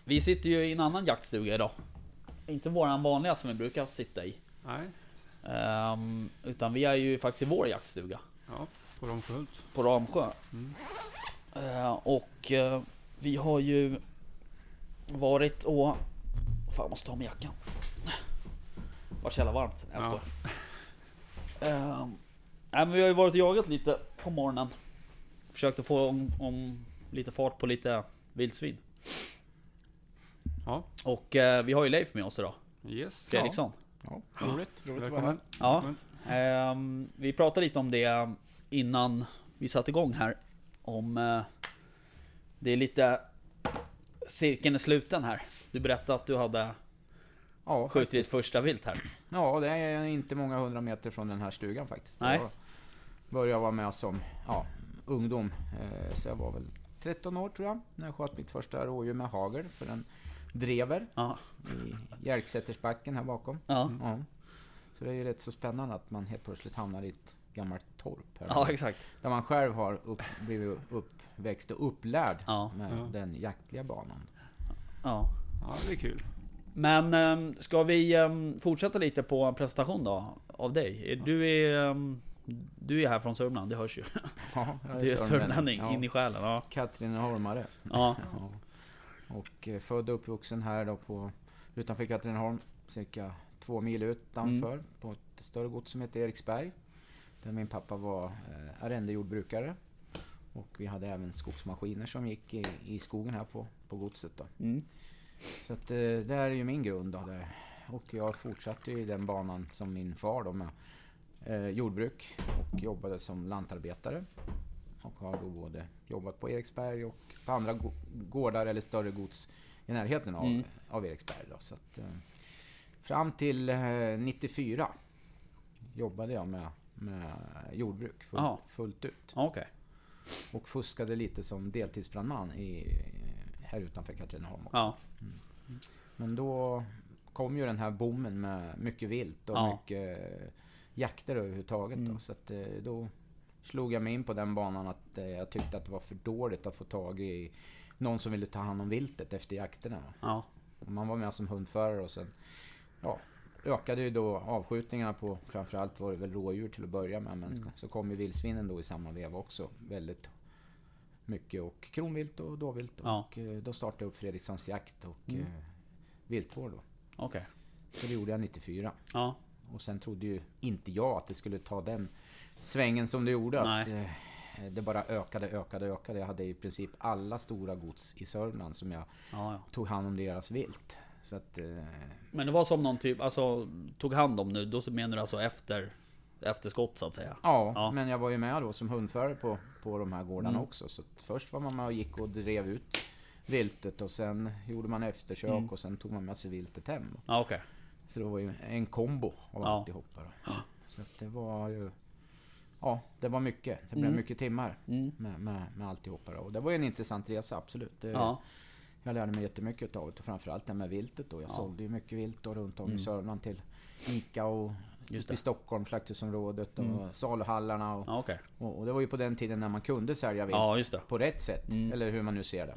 Vi sitter ju i en annan jaktstuga idag. Inte våran vanliga som vi brukar sitta i. Nej. Utan vi är ju faktiskt i vår jaktstuga. Ja, på Ramsjöhult. På Ramsjö. Vi har ju varit och... Fan, jag måste ta med jackan. Det var så jävla varmt. Jag skojar. Men vi har ju varit och jagat lite på morgonen. Försökt att få om lite fart på lite vildsvin. Ja. Och vi har ju Leif med oss idag. Yes. Fredriksson. Ja, roligt att vara här. Välkommen. Ja. Vi pratade lite om det innan vi satte igång här. Om det är lite... Cirkeln är sluten här. Du berättade att du hade skjutit ditt första vilt här. Ja, det är inte många 100 meter från den här stugan faktiskt. Nej. Jag började vara med som ungdom. Så jag var väl 13 år tror jag. När jag sköt mitt första rådjur med hagel för en drever. Ja. I Järksättersbacken här bakom. Ja. Ja. Så det är ju rätt så spännande att man helt plötsligt hamnar i ett gammalt torp här. Ja, exakt. Där man själv har blivit uppväxt och upplärd med Ja. den jaktliga banan. Ja. Ja, det är kul. Men ska vi fortsätta lite på en presentation då av dig? Du är här från Sörmland, det hörs ju. Ja, jag Du är sörmlänning Ja. in i själen. Ja. Katrineholmare. Ja. Ja. Och född och uppvuxen här då utanför Katrineholm, cirka 2 mil utanför, på ett större gods som heter Eriksberg. Där min pappa var arrendejordbrukare. Och vi hade även skogsmaskiner som gick i skogen här på godset då. Så att det är ju min grund då där. Och jag fortsatte ju i den banan som min far då med jordbruk och jobbade som lantarbetare. Och har då både jobbat på Eriksberg och på andra gårdar eller större gods i närheten av Eriksberg då. Så att, fram till 94 jobbade jag med jordbruk fullt ut. Okay. Och fuskade lite som deltidsbrandman här utanför Katrineholm också. Ja. Men då kom ju den här boomen med mycket vilt och mycket jakter överhuvudtaget. Då. Så att, då slog jag mig in på den banan att jag tyckte att det var för dåligt att få tag i någon som ville ta hand om viltet efter jakterna. Ja. Och man var med som hundförare och sen ökade ju då avskjutningarna på, framförallt var det väl rådjur till att börja med, men så kom ju vildsvinen då i samma veva också väldigt mycket, och kronvilt och dåvilt, och då startade jag upp Fredrikssons jakt och viltvård då. Okej. Så det gjorde jag 94. Ja. Och sen trodde ju inte jag att det skulle ta den svängen som det gjorde. Att det bara ökade. Jag hade i princip alla stora gods i Sörmland som jag tog hand om deras vilt. Så att, men det var som någon typ, alltså tog hand om nu, då menar du alltså efter skott så att säga? Ja, men jag var ju med då som hundförare på de här gårdarna också. Så att först var man med och gick och drev ut viltet, och sen gjorde man eftersök och sen tog man med sig viltet hem. Ja, okej. Så det var ju en kombo av alltihopa då. Så att det var ju... Ja, det var mycket. Det blev mycket timmar med alltihopa då. Och det var ju en intressant resa, absolut. Jag lärde mig jättemycket av det, och framförallt det med viltet då. Jag sålde ju mycket vilt då runt om i Sörmland till Ica och i Stockholm, slakthusområdet och saluhallarna. Och det var ju på den tiden när man kunde sälja vilt på rätt sätt. Eller hur man nu ser det.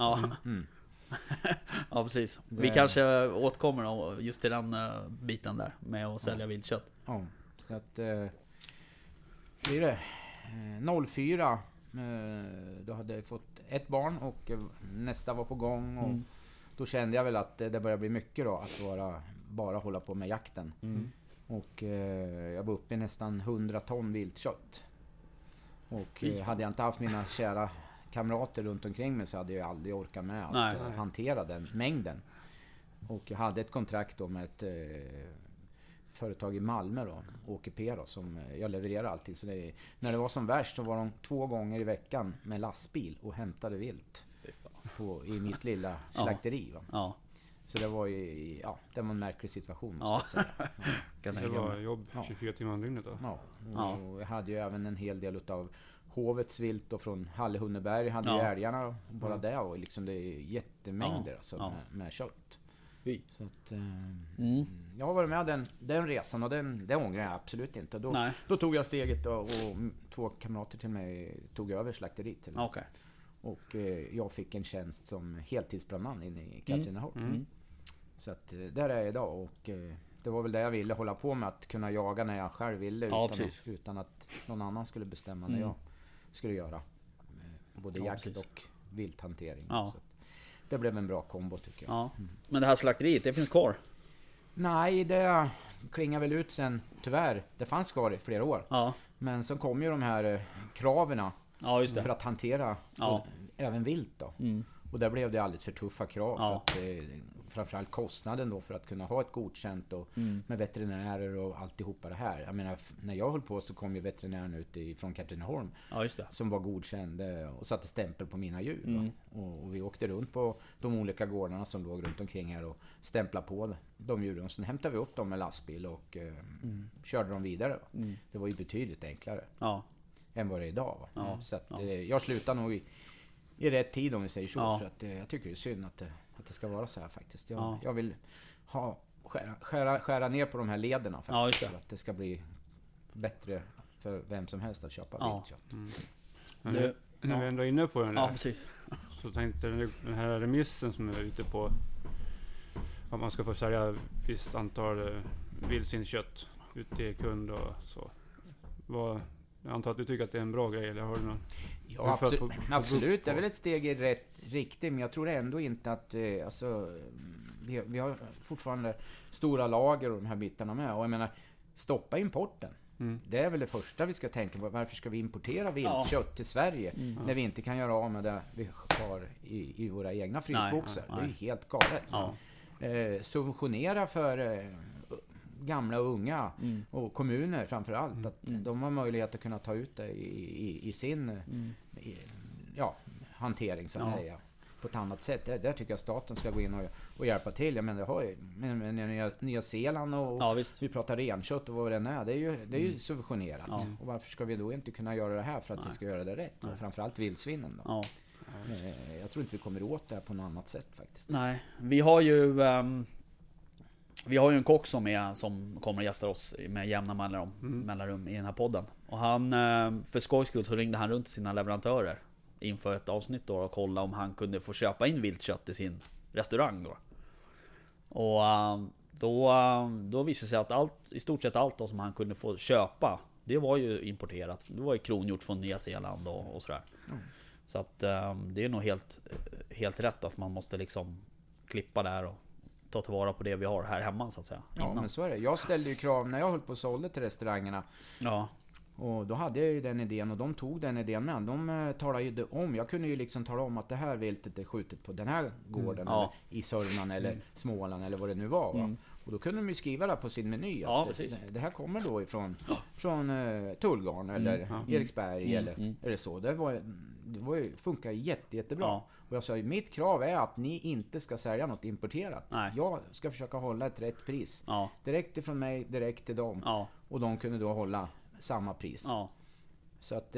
Ja, precis. Vi kanske återkommer just till den biten där med att sälja viltkött. Ja, så att blir det 04 då hade jag fått ett barn och nästa var på gång, och då kände jag väl att det började bli mycket då att bara hålla på med jakten. Och jag var uppe i nästan 100 ton viltkött. Och hade jag inte haft mina kära kamrater runt omkring mig så hade jag aldrig orkat med att hantera den mängden. Och jag hade ett kontrakt då med ett företag i Malmö då, Åke P då, som jag levererar alltid. Så när det var som värst så var de 2 gånger i veckan med lastbil och hämtade vilt i mitt lilla slakteri. Va? Så det var ju det var en märklig situation, måste jag säga. Det var jobb 24 timmar om dygnet då. Och jag hade ju även en hel del utav hovets vilt och från Hallehunneberg hade ju älgarna och bara det, och liksom det är jättemängder alltså, med kött. Så att, jag har varit med den resan, och det ångrar jag absolut inte. Då tog jag steget och 2 kamrater till mig tog över slakteriet. Och jag fick en tjänst som heltidsbrandman inne i Katrineholm. Så att där är jag idag, och det var väl det jag ville hålla på med, att kunna jaga när jag själv ville utan att någon annan skulle bestämma när jag skulle göra både jakt och vilthantering. Så att det blev en bra kombo tycker jag. Men det här slakteriet, det finns kvar? Nej, det klingar väl ut sen tyvärr. Det fanns kvar i flera år. Men så kom ju de här kraven för att hantera även vilt då. Och där blev det alldeles för tuffa krav för att framförallt kostnaden då för att kunna ha ett godkänt och med veterinärer och alltihopa det här. Jag menar, när jag höll på så kom ju veterinären ut från Katrineholm som var godkänd och satte stämpel på mina djur. Och vi åkte runt på de olika gårdarna som låg runt omkring här och stämplade på de djuren. Sen hämtade vi upp dem med lastbil och körde dem vidare. Det var ju betydligt enklare än vad det är idag. Så att, jag slutar nog i rätt tid om vi säger så, för att jag tycker det är synd att det ska vara så här faktiskt. Jag vill skära ner på de här lederna faktiskt, för att det ska bli bättre för vem som helst att köpa viltkött. När vi ändå är inne på den där, precis. så tänkte jag den här remissen som är ute på att man ska få sälja visst antal vildsvinskött ut till kund och så. Jag antar att du tycker att det är en bra grej, eller har du någon? Ja, absolut. Det är väl ett steg i rätt riktning, men jag tror ändå inte att vi har fortfarande stora lager och de här bitarna med. Och jag menar, stoppa importen. Det är väl det första vi ska tänka på. Varför ska vi importera viltkött till Sverige när vi inte kan göra av med det vi har i våra egna frysboxar? Det är ju helt galet. Subventionera för gamla och unga och kommuner framförallt, att de har möjlighet att kunna ta ut det i sin hantering så att säga på ett annat sätt. Där tycker jag staten ska gå in och hjälpa till. Jag menar, det har ju med Nya Zeeland och vi pratar renkött och vad det är. Det är ju subventionerat. Och varför ska vi då inte kunna göra det här för att vi ska göra det rätt? Och framförallt vildsvinen då. Jag tror inte vi kommer åt det här på något annat sätt faktiskt. Nej, vi har ju en kock som kommer och gästar oss med jämna mellanrum i den här podden. Och han, för skojs skull, så ringde han runt till sina leverantörer inför ett avsnitt då och kolla om han kunde få köpa in viltkött i sin restaurang då. Och då visade det sig att i stort sett allt då som han kunde få köpa, det var ju importerat. Det var ju kronhjort från Nya Zeeland och sådär. Så att det är nog helt rätt att man måste liksom klippa där och ta tillvara på det vi har här hemma så att säga. Ja, men så är det. Jag ställde ju krav när jag höll på och sålde till restaurangerna. Och då hade jag ju den idén och de tog den idén med. De talade ju om, jag kunde ju liksom tala om att det här viltet är skjutet på den här gården eller i Sörmland eller Småland eller vad det nu var. Va? Och då kunde de ju skriva det på sin meny att det här kommer då från Tullgarn eller Eriksberg eller så. Det var ju, funkar jättebra. Och jag sa ju, mitt krav är att ni inte ska sälja något importerat. Jag ska försöka hålla ett rätt pris. Direkt ifrån mig, direkt till dem. Och de kunde då hålla samma pris. Så att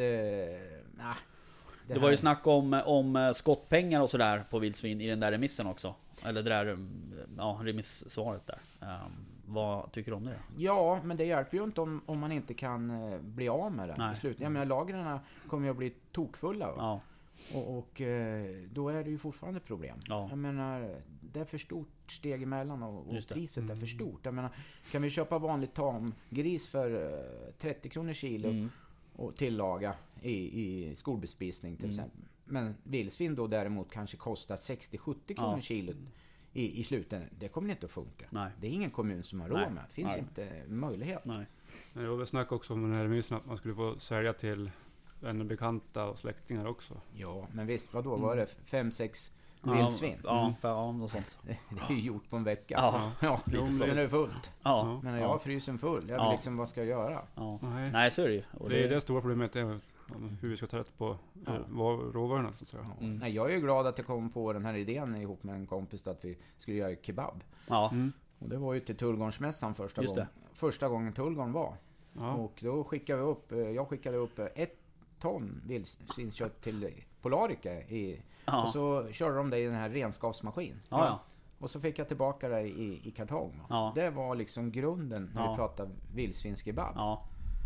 det var ju snack om skottpengar och sådär på vildsvin i den där remissen också. Eller det där remissvaret där. Vad tycker du om det? Ja, men det hjälper ju inte om man inte kan bli av med det. Jag menar, lagren kommer ju att bli tokfulla. Och då är det ju fortfarande problem. Jag menar, det är för stort steg emellan och priset är för stort. Jag menar, kan vi köpa vanligt tamgris för 30 kronor kilo och tillaga i skolbespisning till exempel. Men vildsvin då däremot kanske kostar 60-70 kronor kilo i sluten. Det kommer inte att funka. Det är ingen kommun som har råd med. Det finns inte möjlighet. Det var väl snack också om den här remissen att man skulle få sälja till vänner, bekanta och släktingar också. Ja, men visst, vad då var det? 5-6 vildsvin? Och sånt. Det är ju gjort på en vecka. Sen är det fullt. Men jag har frysen full. Jag vill liksom, vad ska jag göra? Nej, så är det ju. Det är det stora problemet, är hur vi ska ta rätt på råvarorna. Så att säga. Nej, jag är ju glad att jag kom på den här idén ihop med en kompis att vi skulle göra kebab. Och det var ju till Tullgarnsmässan första gången Tullgarn var. Och då skickade jag skickade upp 1 ton vildsvinskött till Polarica och så körde de det i den här renskapsmaskin. Och så fick jag tillbaka det i kartong. Det var liksom grunden när vi pratade vildsvinskebab.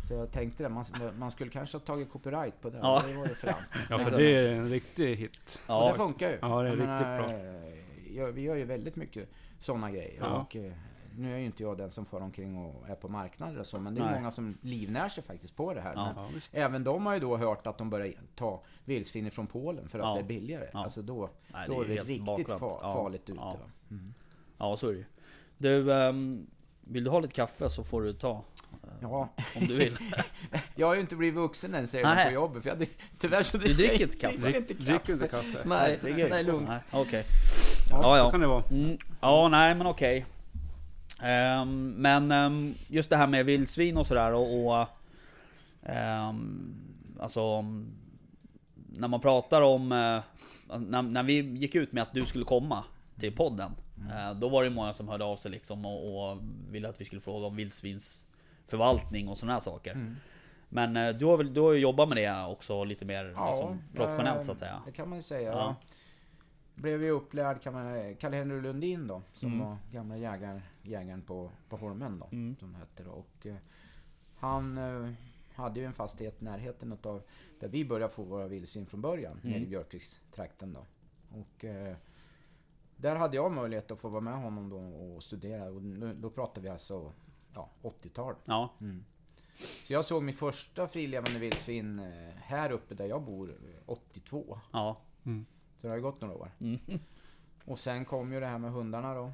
Så jag tänkte det, man skulle kanske ha tagit copyright på det. Ja. Det var ju fram. Ja, för det är en riktig hit. Och Ja, det funkar ju. Ja, det är Jag riktigt menar, vi gör ju väldigt mycket sådana grejer. Ja. Och, nu är ju inte jag den som far omkring och är på marknader och så, men det är Nej. många som livnär sig faktiskt på det här. Ja. Men Ja, visst. även de har ju då hört att de börjar ta vildsvin från Polen för att Ja. det är billigare. Ja. Alltså då Nej, är ju vi helt riktigt bakvänt. Ja. farligt ute. Ja. Va? Mm. Ja, så är det ju. Du, vill du ha lite kaffe så får du ta. Ja, Om du vill. jag har ju inte blivit vuxen än, säger Nej. man på jobbet. För tyvärr så Du dricker inte kaffe? dricker inte Dricker inte kaffe? Nej, det är det är lugnt. Nej, okej. Ja, Ja, Så ja. kan det vara. Ja, nej men okej. Men just det här med vildsvin och sådär och alltså när man pratar om när vi gick ut med att du skulle komma till podden, då var det många som hörde av sig liksom och ville att vi skulle fråga om vildsvinsförvaltning och sådana här saker. Men du har ju jobbat med det också lite mer liksom, professionellt så att säga. Det kan man ju säga. Ja. Blev ju upplärd Karl-Henry Lundin då, som var gamla jägaren på Holmen då, som det hette då. Och han hade ju en fastighet i närheten av där vi började få våra vildsvin från början, nere i Björkvikstrakten då. Och där hade jag möjlighet att få vara med honom då och studera, och då pratade vi alltså 80-tal. Ja. Så jag såg min första frilevande vildsvin här uppe där jag bor 82. Ja. Så det har gått några år. Och sen kom ju det här med hundarna då.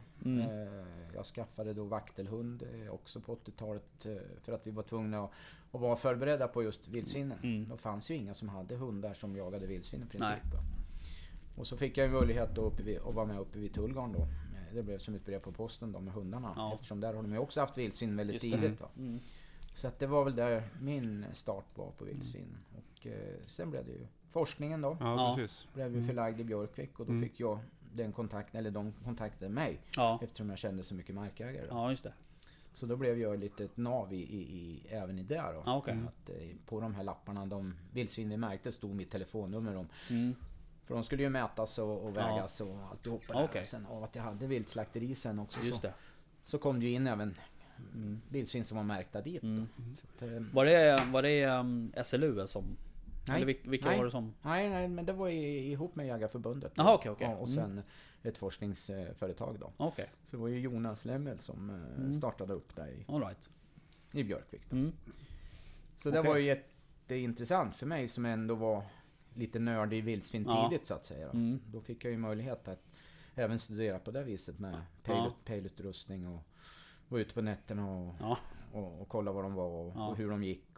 Jag skaffade då vaktelhund också på 80-talet för att vi var tvungna att vara förberedda på just vildsvinen. Då fanns ju inga som hade hundar som jagade vildsvin i princip. Nej. Och så fick jag en möjlighet då att vara med uppe vid Tullgarn då. Det blev som ett brev på posten då med hundarna. Ja. Eftersom där har de ju också haft vildsvin väldigt Just det. tidigt. Va? Så att det var väl där min start var på vildsvin. Och sen blev det ju forskningen då. Ja, Ja. precis. Blev ju förlagd i Björkvik och då fick jag den kontakten, eller de kontaktade mig Ja. eftersom jag kände så mycket markägare. Då. Ja, just det. Så då blev jag lite ett nav även i det då. Ja, okej. Att, på de här lapparna, de vildsvin vi märkte, stod mitt telefonnummer om. Mm. För de skulle ju mätas och vägas och alltihopa där. Okej. Och sen av att jag hade viltslakteri sen också Just det. så kom det ju in även vildsvin som var märkta dit. Då. Så att, Var det SLU som... Nej. Eller vilka Nej. var det som... nej, men det var ihop med Jägarförbundet. Jaha, okej. Ja, och sen ett forskningsföretag då. Okej, Så det var ju Jonas Lemmel som startade upp där all right. i Björkvik. Då. Mm. Så det Okej. var ju jätteintressant för mig som ändå var lite nördig i vildsvin Ja. tidigt så att säga. Då. Då fick jag ju möjlighet att även studera på det viset med pejlutrustning och vara ute på nätterna och kolla vad de var och hur de gick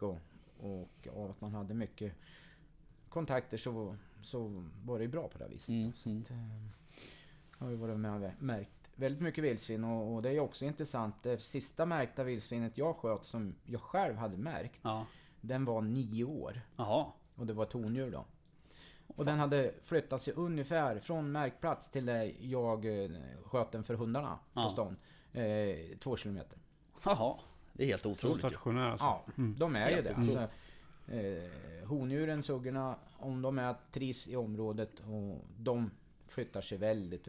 och att man hade mycket kontakter så var det ju bra på det viset. Så att, har ju varit med och märkt väldigt mycket vildsvin och det är ju också intressant. Det sista märkta vildsvinet jag sköt som jag själv hade märkt, den var 9 år. Jaha. Och det var tondjur då. Och den hade flyttat sig ungefär från märkplats till där jag sköt den för hundarna på stan. 2 kilometer. Jaha. Det är helt Så otroligt. stationär alltså. Ja, de är ju Helt det. Alltså, hondjuren, suggorna, om de trivs i området och de flyttar sig väldigt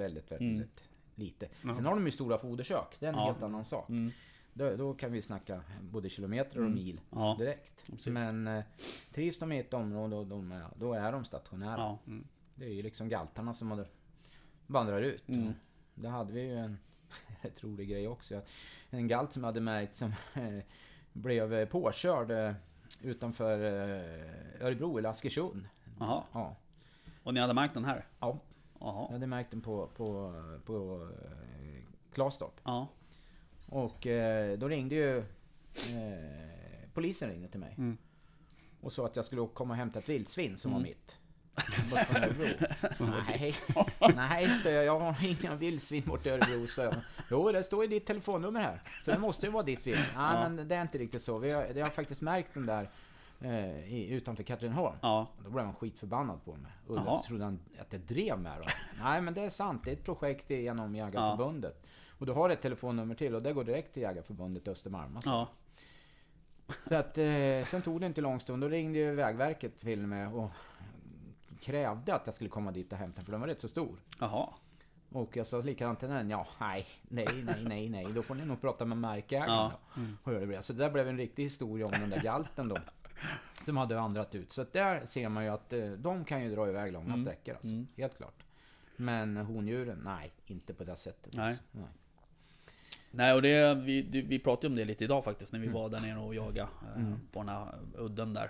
lite. Sen har de ju stora foderkök, det är en helt annan sak. Då kan vi snacka både kilometer och mil direkt. Precis. Men trivs de i ett område och då är de stationära. Ja. Det är ju liksom galtarna som vandrar ut. Där hade vi ju en rätt rolig grej också. En galt som hade märkt som blev påkörd utanför Örebro eller Askersund. Jaha. Ja. Och ni hade märkt den här? Ja. Jaha. Jag hade märkt den på Klastorp. Ja. Och då ringde ju polisen ringde till mig. Och sa att jag skulle komma och hämta ett vildsvin som var mitt. Nej, så jag har inga vildsvin bort i Örebro. Så jo, det står ju ditt telefonnummer här. Så det måste ju vara ditt vildsvin. Nej, men det är inte riktigt så. Jag har faktiskt märkt den där utanför Katrineholm. Ja. Då blev han skitförbannad på mig. Och jag trodde han att jag drev med då. Nej, men det är sant. Det är ett projekt genom Jägarförbundet. Och du har ett telefonnummer till och det går direkt till Jägarförbundet Östermalm. Alltså. Ja. Så att sen tog det inte lång stund. Då ringde ju Vägverket till mig och krävde att jag skulle komma dit och hämta, för den var rätt så stor. Jaha. Och jag sa likadant till den. Ja, nej. Då får ni nog prata med markägaren. Ja. Och hur det blev. Så det där blev en riktig historia om den där galten då. Som hade vandrat ut. Så att där ser man ju att de kan ju dra iväg långa sträckor. Alltså. Helt klart. Men hondjuren, nej. Inte på det sättet. Nej. Alltså. Nej, och vi pratade om det lite idag faktiskt när vi var där nere och jagade på den här udden där.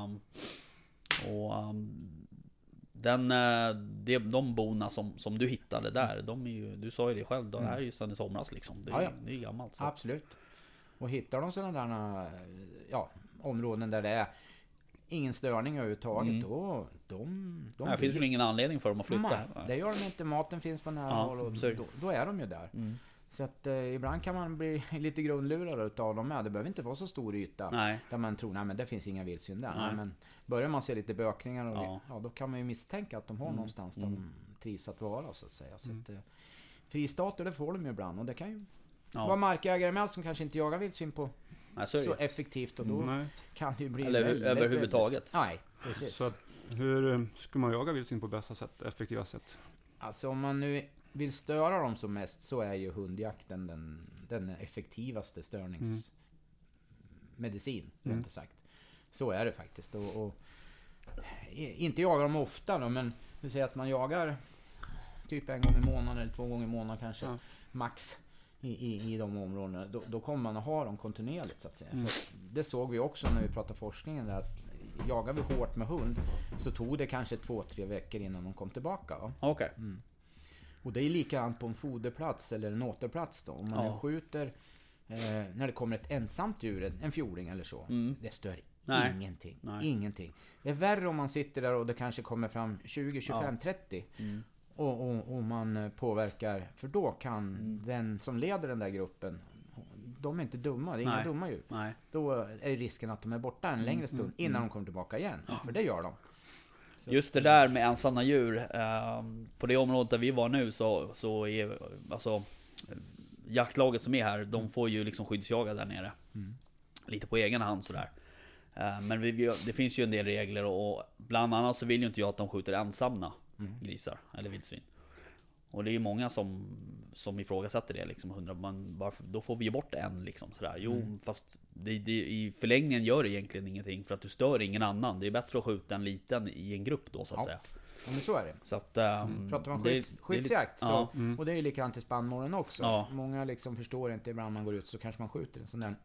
De bona som du hittade där, de är ju, du sa ju det själv, det här är ju sedan i somras liksom. Det är gammalt. Så. Absolut. Och hittar de sådana där områden där det är ingen störning överhuvudtaget, då det finns väl ingen anledning för dem att flytta. Nej, det gör de inte. Maten finns på nära håll och då är de ju där. Så att ibland kan man bli lite grundlurad utav dem med. Det behöver inte vara så stor yta. Nej. Där man tror, men det finns inga vildsvin där. Nej, men börjar man se lite bökningar och då kan man ju misstänka att de har någonstans där de trivs att vara, så att säga. Så att, fristater, det får de ju ibland. Och det kan ju vara markägare med som kanske inte jagar vildsvin på så effektivt. Och då kan det ju bli överhuvudtaget. Nej, precis. Så hur ska man jaga vildsvin på bästa sätt, effektiva sätt? Alltså om man nu vill störa dem som mest, så är ju hundjakten den effektivaste störningsmedicin, inte sagt. Så är det faktiskt. Och inte jagar dem ofta då, men vi säger att man jagar typ en gång i månaden eller 2 gånger i månaden kanske, max i de områdena. Då kommer man att ha dem kontinuerligt, så att säga. För det såg vi också när vi pratade forskningen där, att jagar vi hårt med hund så tog det kanske 2-3 veckor innan de kom tillbaka. Okej. Och det är likadant på en foderplats eller en återplats då. Om man skjuter när det kommer ett ensamt djur, en fjording eller så, det stör ingenting. Ingenting. Det är värre om man sitter där och det kanske kommer fram 20, 25, 30 och man påverkar, för då kan den som leder den där gruppen, de är inte dumma, det är inga dumma djur. Då är risken att de är borta en längre stund innan de kommer tillbaka igen, för det gör de. Just det där med ensamma djur, på det området där vi var nu så är alltså jaktlaget som är här, de får ju liksom skyddsjaga där nere. Lite på egen hand sådär. Men det finns ju en del regler, och bland annat så vill ju inte jag att de skjuter ensamma grisar eller vildsvin. Och det är ju många som ifrågasätter det liksom, varför, då får vi ju bort en liksom sådär. Jo, fast det i förlängningen gör det egentligen ingenting, för att du stör ingen annan. Det är bättre att skjuta en liten i en grupp då, så att säga. Ja, men så är det. Så att, pratar man skyddsjakt så, och det är ju likadant i spannmålen också. Många liksom förstår inte, ibland man går ut så kanske man skjuter en sån där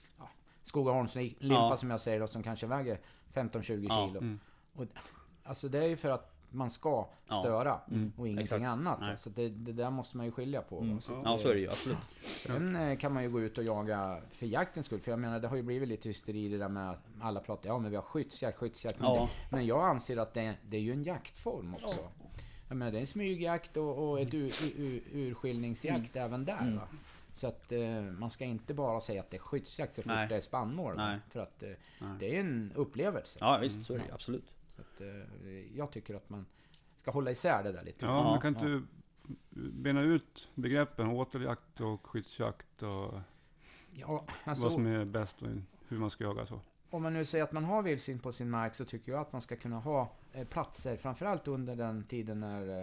Skogaholmslimpa som jag säger då, som kanske väger 15-20 kilo. Och, alltså det är ju för att man ska störa och ingenting annat. Alltså det där måste man ju skilja på. Så är det ju, absolut. Sen kan man ju gå ut och jaga för jaktens skull. För jag menar, det har ju blivit lite hysteri det där med att alla pratar, men vi har skyddsjakt. Men jag anser att det är ju en jaktform också. Jag menar, det är en smygjakt och ett urskiljningsjakt även där, va? Så att man ska inte bara säga att det är skyddsjakt så fort det är spannmål. För att det är en upplevelse. Ja, visst, så är det absolut. Så att, jag tycker att man ska hålla isär det där lite. Ja, man kan inte bena ut begreppen åteljakt och skyddsjakt och alltså, vad som är bäst och hur man ska jaga så. Om man nu säger att man har vildsvin på sin mark, så tycker jag att man ska kunna ha platser, framförallt under den tiden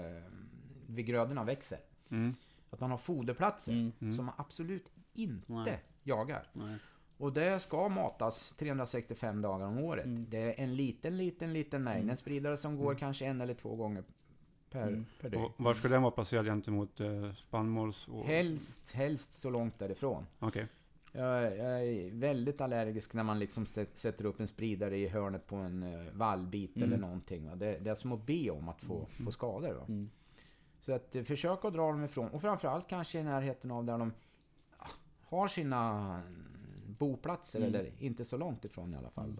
när grödorna växer. Att man har foderplatser som man absolut inte jagar. Och det ska matas 365 dagar om året. Det är en liten mängd. En spridare som går kanske 1 eller 2 gånger per dygn. Och var ska den vara placerad gentemot spannmåls? Och... Helst så långt därifrån. Okej. Jag är väldigt allergisk när man liksom sätter upp en spridare i hörnet på en vallbit eller någonting. Va? Det är som att be om att få skador. Va? Så att försöka att dra dem ifrån. Och framförallt kanske i närheten av där de har sina boplatser, eller inte så långt ifrån i alla fall.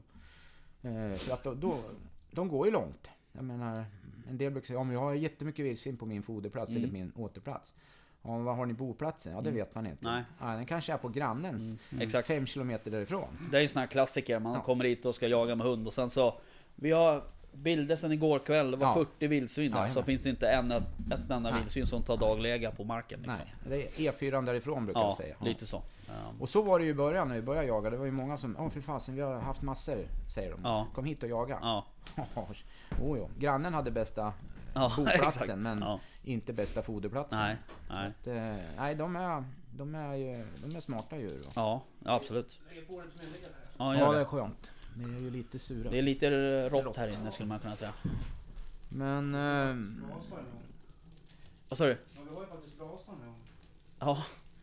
För att de går ju långt. Jag menar, en del brukar säga, om jag har jättemycket vildsvin på min foderplats eller min återplats. Ja, vad har ni boplatsen? Ja, det vet man inte. Nej. Ja, den kanske är på grannens 5 kilometer därifrån. Det är ju sån här klassiker. Man kommer hit och ska jaga med hund och sen så, vi har bilder sen igår kväll, det var 40 vildsvin där, så finns det inte ett enda vildsvin som tar dagläge på marken liksom. Nej, det är E4 därifrån brukar jag säga. Lite så. Och så var det ju i början när vi började jaga. Det var ju många som, för fasen, vi har haft massor, säger de. Kom hit och jaga. Grannen hade bästa boplatsen, exakt. men inte bästa foderplatsen. Nej. Så att, nej, de är smarta djur. Ja, absolut. Ja, det är skönt. Det är ju lite sura. Det är lite rått här inne skulle man kunna säga. Men... Vad sa du? Ja, vi har ju faktiskt brasa nu. Ja.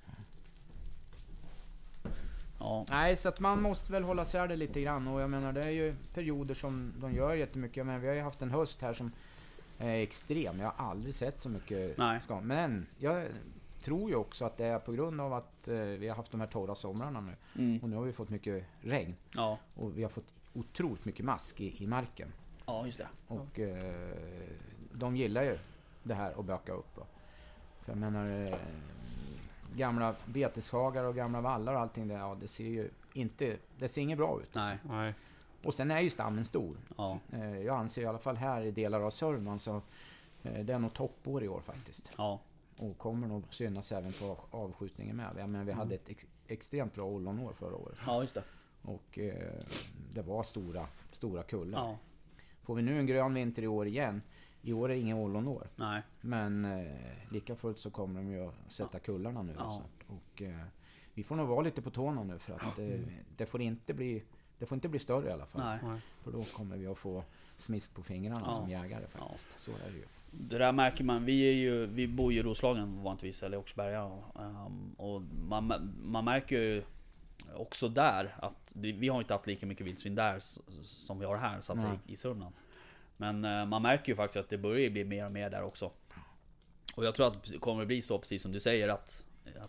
Ja. Nej, så att man måste väl hålla sig det lite grann. Och jag menar, det är ju perioder som de gör jättemycket. Men vi har ju haft en höst här som är extrem. Jag har aldrig sett så mycket skador. Men jag tror ju också att det är på grund av att vi har haft de här torra somrarna nu. Och nu har vi fått mycket regn. Ja. Och vi har fått otroligt mycket mask i marken. Ja, just det. Och de gillar ju det här att böka upp. För jag menar, gamla beteshagar och gamla vallar och allting det, det ser ju inte, det ser inget bra ut. Nej. Och sen är ju stammen stor. Ja. Jag anser i alla fall här i delar av Sörmland så det är nog toppår i år faktiskt. Ja. Och kommer nog synas även på avskjutningen med. Men vi hade ett extremt bra ollonår förra året. Ja, just det. Och det var stora kullar. Ja. Får vi nu en grön vinter i år igen. I år är det ingen ollonår. Nej. Men lika fullt så kommer de ju att sätta kullarna nu. Ja. Och vi får nog vara lite på tårna nu för att det får inte bli större i alla fall. Nej. För då kommer vi att få smisk på fingrarna som jägare faktiskt. Så är det ju. Det där märker man. Vi bor ju i Roslagen vanligtvis, eller Oxberga. Och man märker ju också där att vi har inte haft lika mycket vildsvin där som vi har här så att säga, i Sörmland. Men man märker ju faktiskt att det börjar bli mer och mer där också. Och jag tror att det kommer att bli så, precis som du säger, att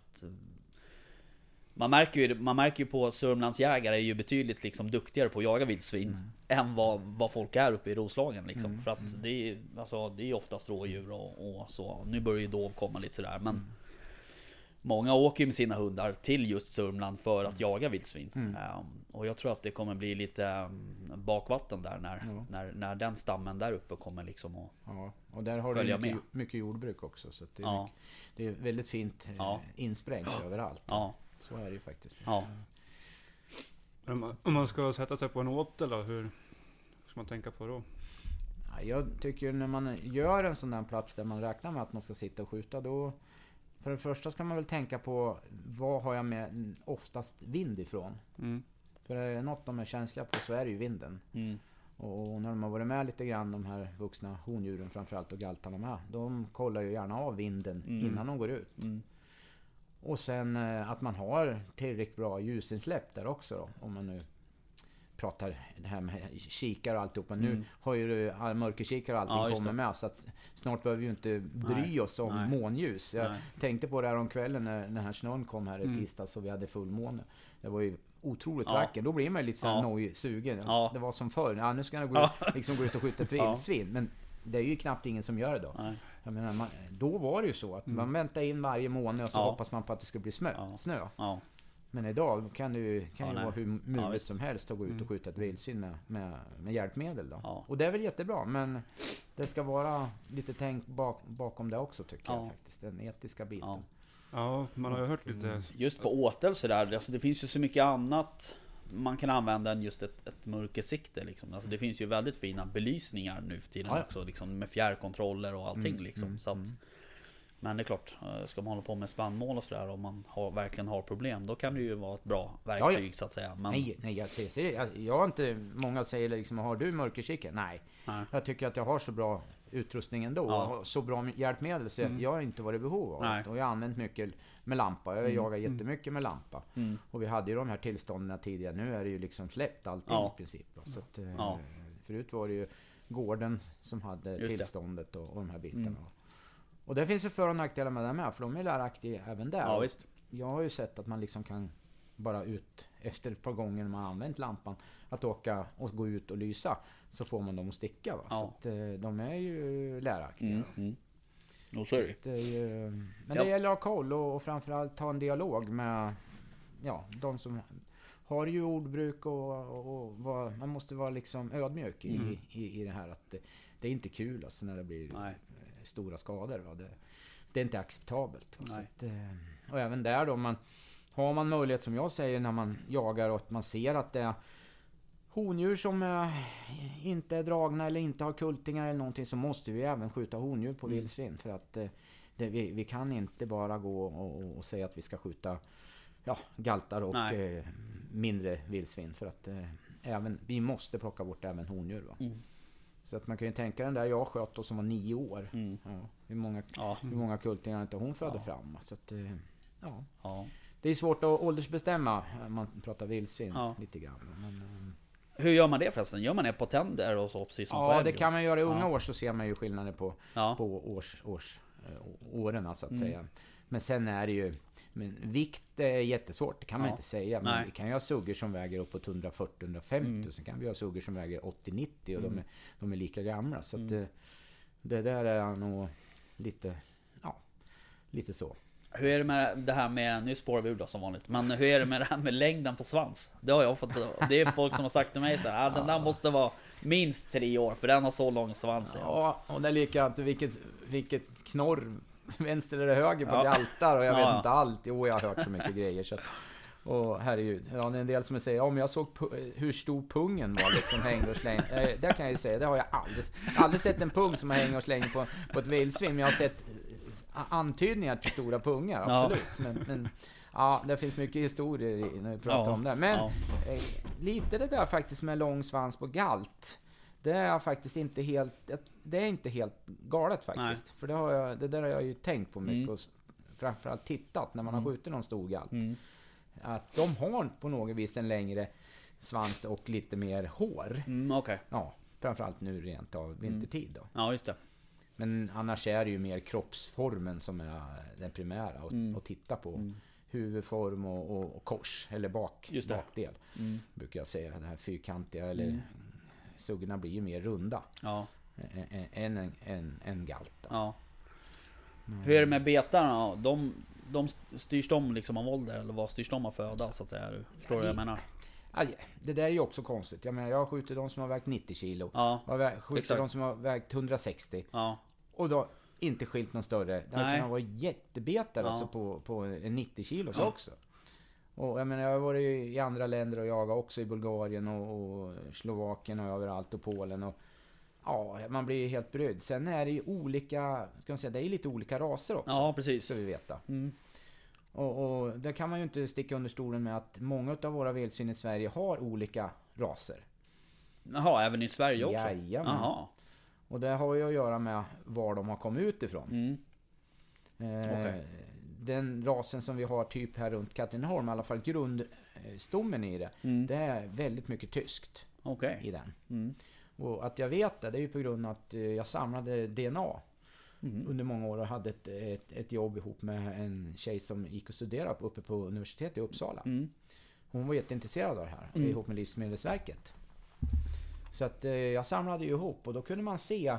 man märker ju på Sörmlands jägare är ju betydligt liksom duktigare på att jaga vildsvin än vad folk är uppe i Roslagen liksom. För att det är oftast rådjur och så. Nu börjar ju dov komma lite sådär, men många åker med sina hundar till just Sörmland för att jaga vildsvin. Och jag tror att det kommer bli lite bakvatten där när den stammen där uppe kommer liksom att och där har du mycket jordbruk också. Så att det är väldigt fint insprängt överallt. Ja. Så är det ju faktiskt. Ja. Om man ska sätta sig på en åtel då, hur ska man tänka på då? Jag tycker när man gör en sån där plats där man räknar med att man ska sitta och skjuta, då för det första ska man väl tänka på vad har jag med oftast vind ifrån. För är det något de är känsliga på så är det ju vinden. Och när de har varit med lite grann, de här vuxna hondjuren framförallt och galtarna med, de kollar ju gärna av vinden innan de går ut. Och sen att man har tillräckligt bra ljusinsläpp där också då, om man nu pratar det här med kikar och alltihopa. Nu har ju mörkerkikar och allting kommer med, så att snart behöver vi ju inte bry oss om månljus. Jag tänkte på det här om kvällen när den här snön kom här i tisdags och vi hade fullmåne. Det var ju otroligt vacker. Då blir man lite så nojsugen. Det var som förr. Nu ska jag gå ut och skjuta ett vildsvin. Men det är ju knappt ingen som gör det då. Jag menar, då var det ju så att man väntar in varje månad och så hoppas man på att det ska bli snö. Men idag kan det ju vara hur muligt som helst att gå ut och skjuta ett vildsvin med hjälpmedel då. Och det är väl jättebra, men det ska vara lite tänk bakom det också, tycker jag faktiskt. Den etiska biten. Ja, man har ju hört lite. Just på åtel så där, alltså det finns ju så mycket annat man kan använda än just ett mörkersikte liksom. Alltså det finns ju väldigt fina belysningar nu för tiden också liksom, med fjärrkontroller och allting liksom. Så att, men det är klart, ska man hålla på med spannmål och sådär, om man verkligen har problem, då kan det ju vara ett bra verktyg så att säga. Men... Nej, jag har inte, många säger liksom, har du mörkerkikare? Nej. Jag tycker att jag har så bra utrustning ändå, så bra hjälpmedel, så jag har inte varit i behov av det. Och jag har använt mycket med lampa, jag jagar jättemycket med lampa. Och vi hade ju de här tillstånden tidigare, nu är det ju liksom släppt allting i princip. Så att, förut var det ju gården som hade tillståndet och de här bitarna. Och det finns ju för- och nackdelar med det med, för de är läraktiga även där. Ja, visst. Jag har ju sett att man liksom kan bara ut efter ett par gånger man har använt lampan, att åka och gå ut och lysa, så får man dem att sticka. Så att, de är ju läraktiga. Men det gäller att ha koll och framförallt ha en dialog med de som har jordbruk och man måste vara liksom ödmjuk i det här, att det är inte kul alltså när det blir stora skador. Det är inte acceptabelt. Så att, och även där då, har man möjlighet, som jag säger, när man jagar och att man ser att det hondjur som inte är dragna eller inte har kultingar eller någonting, så måste vi även skjuta hondjur på vildsvin. För att vi kan inte bara gå och säga att vi ska skjuta galtar och mindre vildsvin. För att vi måste plocka bort även hondjur. Va? Så att man kan ju tänka den där jag sköt och som var 9 år. Hur många kultingar inte hon födde fram. Så att, det är svårt att åldersbestämma om man pratar vildsvin lite grann. Men, hur gör man det förresten? Gör man det på tänder och så, precis som på älg? Det kan man göra i unga år, så ser man ju skillnader på åren så att säga. Men sen är det ju, vikt är jättesvårt, det kan man inte säga. Men vi kan ju ha suggor som väger uppåt 140-150 och sen kan vi ha suggor som väger 80-90 och de är lika gamla. Så att det där är nog lite så. Hur är det med det här med, nu spårar vi ur då som vanligt, men hur är det med det här med längden på svans? Det har jag fått, det är folk som har sagt till mig så här, den där måste vara minst 3 år för den har så lång svans. Ja, och det är likadant vilket knorr, vänster eller höger på galtar, och jag vet inte allt. Jo, jag har hört så mycket grejer så att, och herregud, det är en del som säger om jag såg hur stor pungen var liksom hänger och slänger. Det kan jag ju säga, det har jag aldrig sett en pung som hänger och slänger på ett vildsvin, men jag har sett antydningar till stora pungar, absolut. Men det finns mycket historier när vi pratar om det. Men lite det där faktiskt med lång svans på galt, det är faktiskt inte helt galet faktiskt. För det där har jag ju tänkt på mycket och framförallt tittat när man har skjutit någon stor galt. Att de har på något vis en längre svans och lite mer hår. Ja, framförallt nu rent av vintertid då. Ja, just det. Men annars är det ju mer kroppsformen som är den primära och titta på huvudform och kors eller bakdel. Brukar jag säga, det här fyrkantiga eller suggorna blir ju mer runda än en galt. Hur är det med betarna? De styrs de liksom av ålder, eller vad styrs de av föda så att säga? Förstår du vad jag menar? Det där är ju också konstigt. Jag menar, jag har skjutit de som har vägt 90 kilo. Jag har skjutit de som har vägt 160. Och då inte skilt någon större. Det här kan vara jättebetare alltså på en 90 kilos också. Och jag menar, jag har varit i andra länder och jagat också i Bulgarien och Slovakien och överallt och Polen och man blir helt brydd. Sen är det ju olika, ska man säga, det är lite olika raser också. Ja, precis. Så vi vet det. Och det kan man ju inte sticka under stolen med att många av våra vildsvin i Sverige har olika raser. Jaha, även i Sverige också? Jajamän. Jaha. Och det har ju att göra med var de har kommit ut ifrån. Den rasen som vi har typ här runt Katrineholm, i alla fall grundstommen i det, det är väldigt mycket tyskt i den. Och att jag vet det är ju på grund av att jag samlade DNA under många år och hade ett jobb ihop med en tjej som gick och studerade uppe på universitetet i Uppsala. Hon var jätteintresserad av det här, ihop med Livsmedelsverket. Så att jag samlade ju ihop och då kunde man se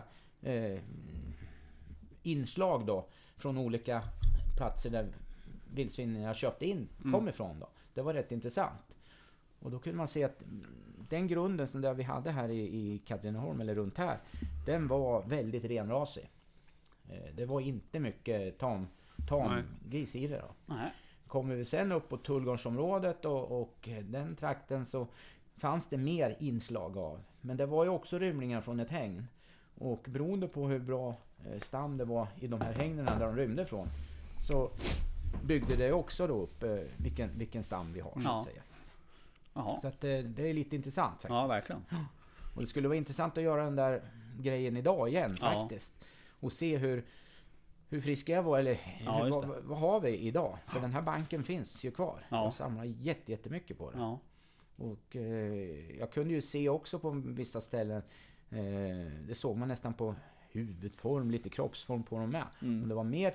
inslag då från olika platser där vildsvinen jag köpte in kom ifrån då. Det var rätt intressant. Och då kunde man se att den grunden som där vi hade här i Katrineholm eller runt här, den var väldigt renrasig. Det var inte mycket tamgris i det då. Kommer vi sen upp på Tullgårdsområdet och den trakten, så fanns det mer inslag av. Men det var ju också rymlingar från ett hägn. Och beroende på hur bra stam det var i de här hängnerna där de rymde ifrån, så byggde det också då upp vilken stam vi har så att säga. Så att det är lite intressant faktiskt. Ja, verkligen. Och det skulle vara intressant att göra den där grejen idag igen faktiskt. Och se hur frisk jag var, eller vad har vi idag? För den här banken finns ju kvar. Jag samlar jättemycket på det. Och jag kunde ju se också på vissa ställen, det såg man nästan på huvudform, lite kroppsform på dem med. Om det var mer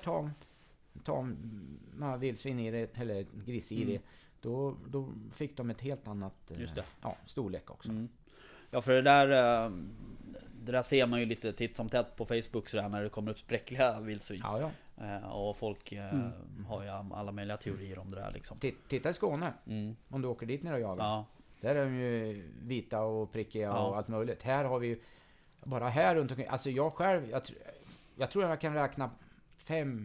tam vildsvin i det, eller gris i det, då fick de ett helt annat storlek också. Ja, för det där ser man ju lite titt som tätt på Facebook så där, när det kommer upp spräckliga vildsvin. Och folk har ju alla möjliga teorier om det där liksom. Titta i Skåne, om du åker dit ner och jagar. Där är de ju vita och prickiga och allt möjligt. Här har vi ju, bara här runt omkring, alltså jag själv, jag tror jag kan räkna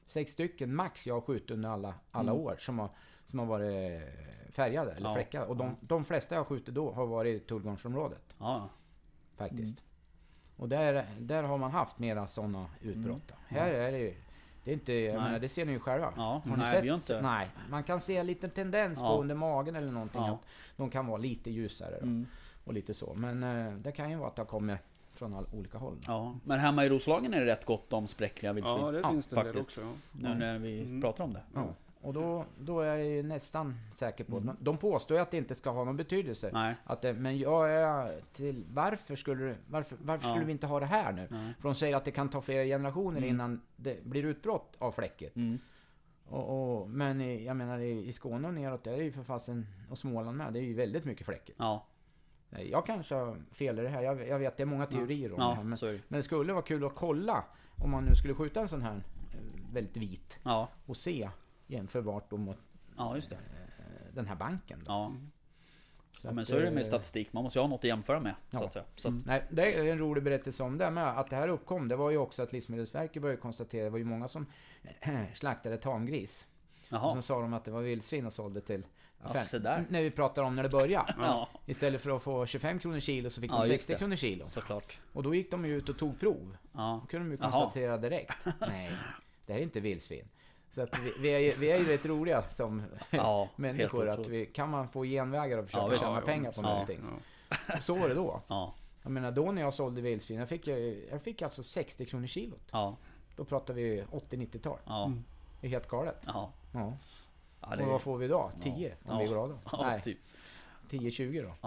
6 stycken max jag har skjutit under alla år som har varit färgade eller fläckade. Och de flesta jag har skjutit då har varit i Tullgarnsområdet. Ja. Faktiskt. Och där har man haft mera sådana utbrott. Här är det ju... Det är inte, jag menar, det ser ni ju själva. Ja, har ni nej, sett? vi har inte. Nej, man kan se en liten tendens på under magen eller någonting. Att de kan vara lite ljusare då, och lite så. Men det kan ju vara att det har kommit från olika håll. Ja, men hemma i Roslagen är det rätt gott om spräckliga vildsvin. Ja, det finns det där också. Ja. Nu när vi pratar om det. Ja. Och då är jag ju nästan säker på det. De påstår ju att det inte ska ha någon betydelse. Nej. Men jag är till... Varför skulle vi inte ha det här nu? Nej. För de säger att det kan ta flera generationer innan det blir utbrott av fläcket. Men jag menar i Skåne och neråt, där är ju för fasen, och Småland med, det är ju väldigt mycket fläcket. Ja. Jag kanske har fel i det här. Jag vet, det är många teorier om det här. Men det skulle vara kul att kolla om man nu skulle skjuta en sån här väldigt vit och se jämförbart mot just det. Den här banken då. Ja. Men så är det med statistik, man måste ju ha något att jämföra med så att säga. Så att... Nej, det är en rolig berättelse om det med att det här uppkom. Det var ju också att Livsmedelsverket började konstatera, det var ju många som slaktade tamgris. Och sen sa de att det var vildsvin och sålde till affären. När vi pratar om när det började. Istället för att få 25 kronor kilo så fick de 60 kronor kilo. Såklart. Och då gick de ju ut och tog prov. Då kunde de ju konstatera direkt. Nej, det här är inte vildsvin. Så att vi är ju rätt roliga som människor. Att kan man få genvägar och försöka tjäna pengar på någonting. Så var det då. Jag menar, då när jag sålde vildsvin, jag fick alltså 60 kronor kilot. Då pratar vi 80-90-tal. Det är helt galet. Och vad får vi då? 10 om vi går av då? Nej, typ 10-20 då.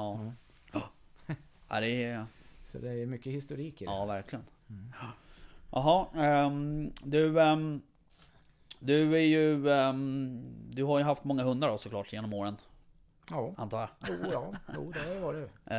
Det är... Så det är mycket historik i det. Ja, verkligen. Jaha, du är ju... du har ju haft många hundar då, såklart genom åren. Ja. Antar jag. Jo, det var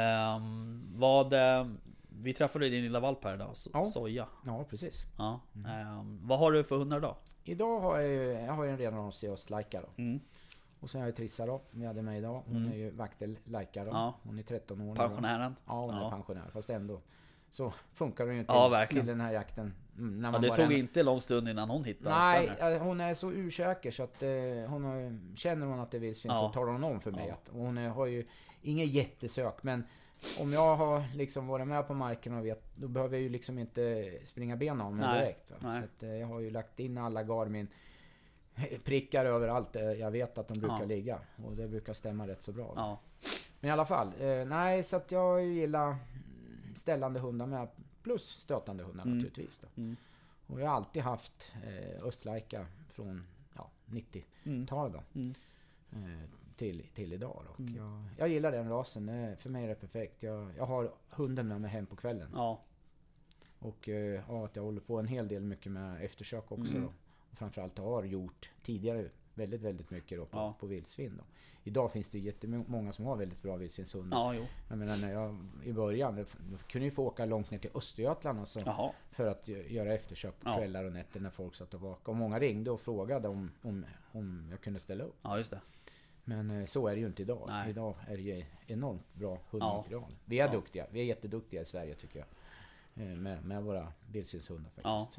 det. Vi träffade din lilla valp här idag, Soja. Ja, precis. Vad har du för hundar idag? Idag har jag har en ren ras i Östlaika då. Och sen har jag Trissa då, vi hade med idag. Hon är ju vaktel-laika då. Hon är 13 år. Pensionären? Ja, hon är pensionär. Fast ändå så funkar det ju inte till den här jakten. När man det tog inte lång stund innan hon hittade. Nej, hon är så ursäker så att känner hon att det är vildsvin så tar hon om för mig. Och hon har ju ingen jättesök, men om jag har liksom varit med på marken och vet, då behöver jag ju liksom inte springa benen av mig direkt. Så att, jag har ju lagt in alla Garmin prickar överallt. Jag vet att de brukar ligga och det brukar stämma rätt så bra. Men i alla fall, så att jag gillar ställande hundar med plus stötande hundar naturligtvis då. Och jag har alltid haft Östlaika från 90-talet då. Till idag då. Jag gillar den rasen, för mig är det perfekt. Jag har hunden med mig hem på kvällen. Och att jag håller på en hel del mycket med eftersök också då. Och framförallt har gjort tidigare väldigt, väldigt mycket då på vildsvin då. Idag finns det ju jättemånga som har väldigt bra vildsvinshundar. Jag menar, när jag i början kunde ju få åka långt ner till Östergötland alltså, för att göra eftersök på kvällar och nätter när folk satt och vakade. Och många ringde och frågade om jag kunde ställa upp. Ja, just det. Men så är det ju inte idag. Nej. Idag är det ju enormt bra hundmaterial. Vi är duktiga. Vi är jätteduktiga i Sverige tycker jag. Med våra vildsvinshundar faktiskt.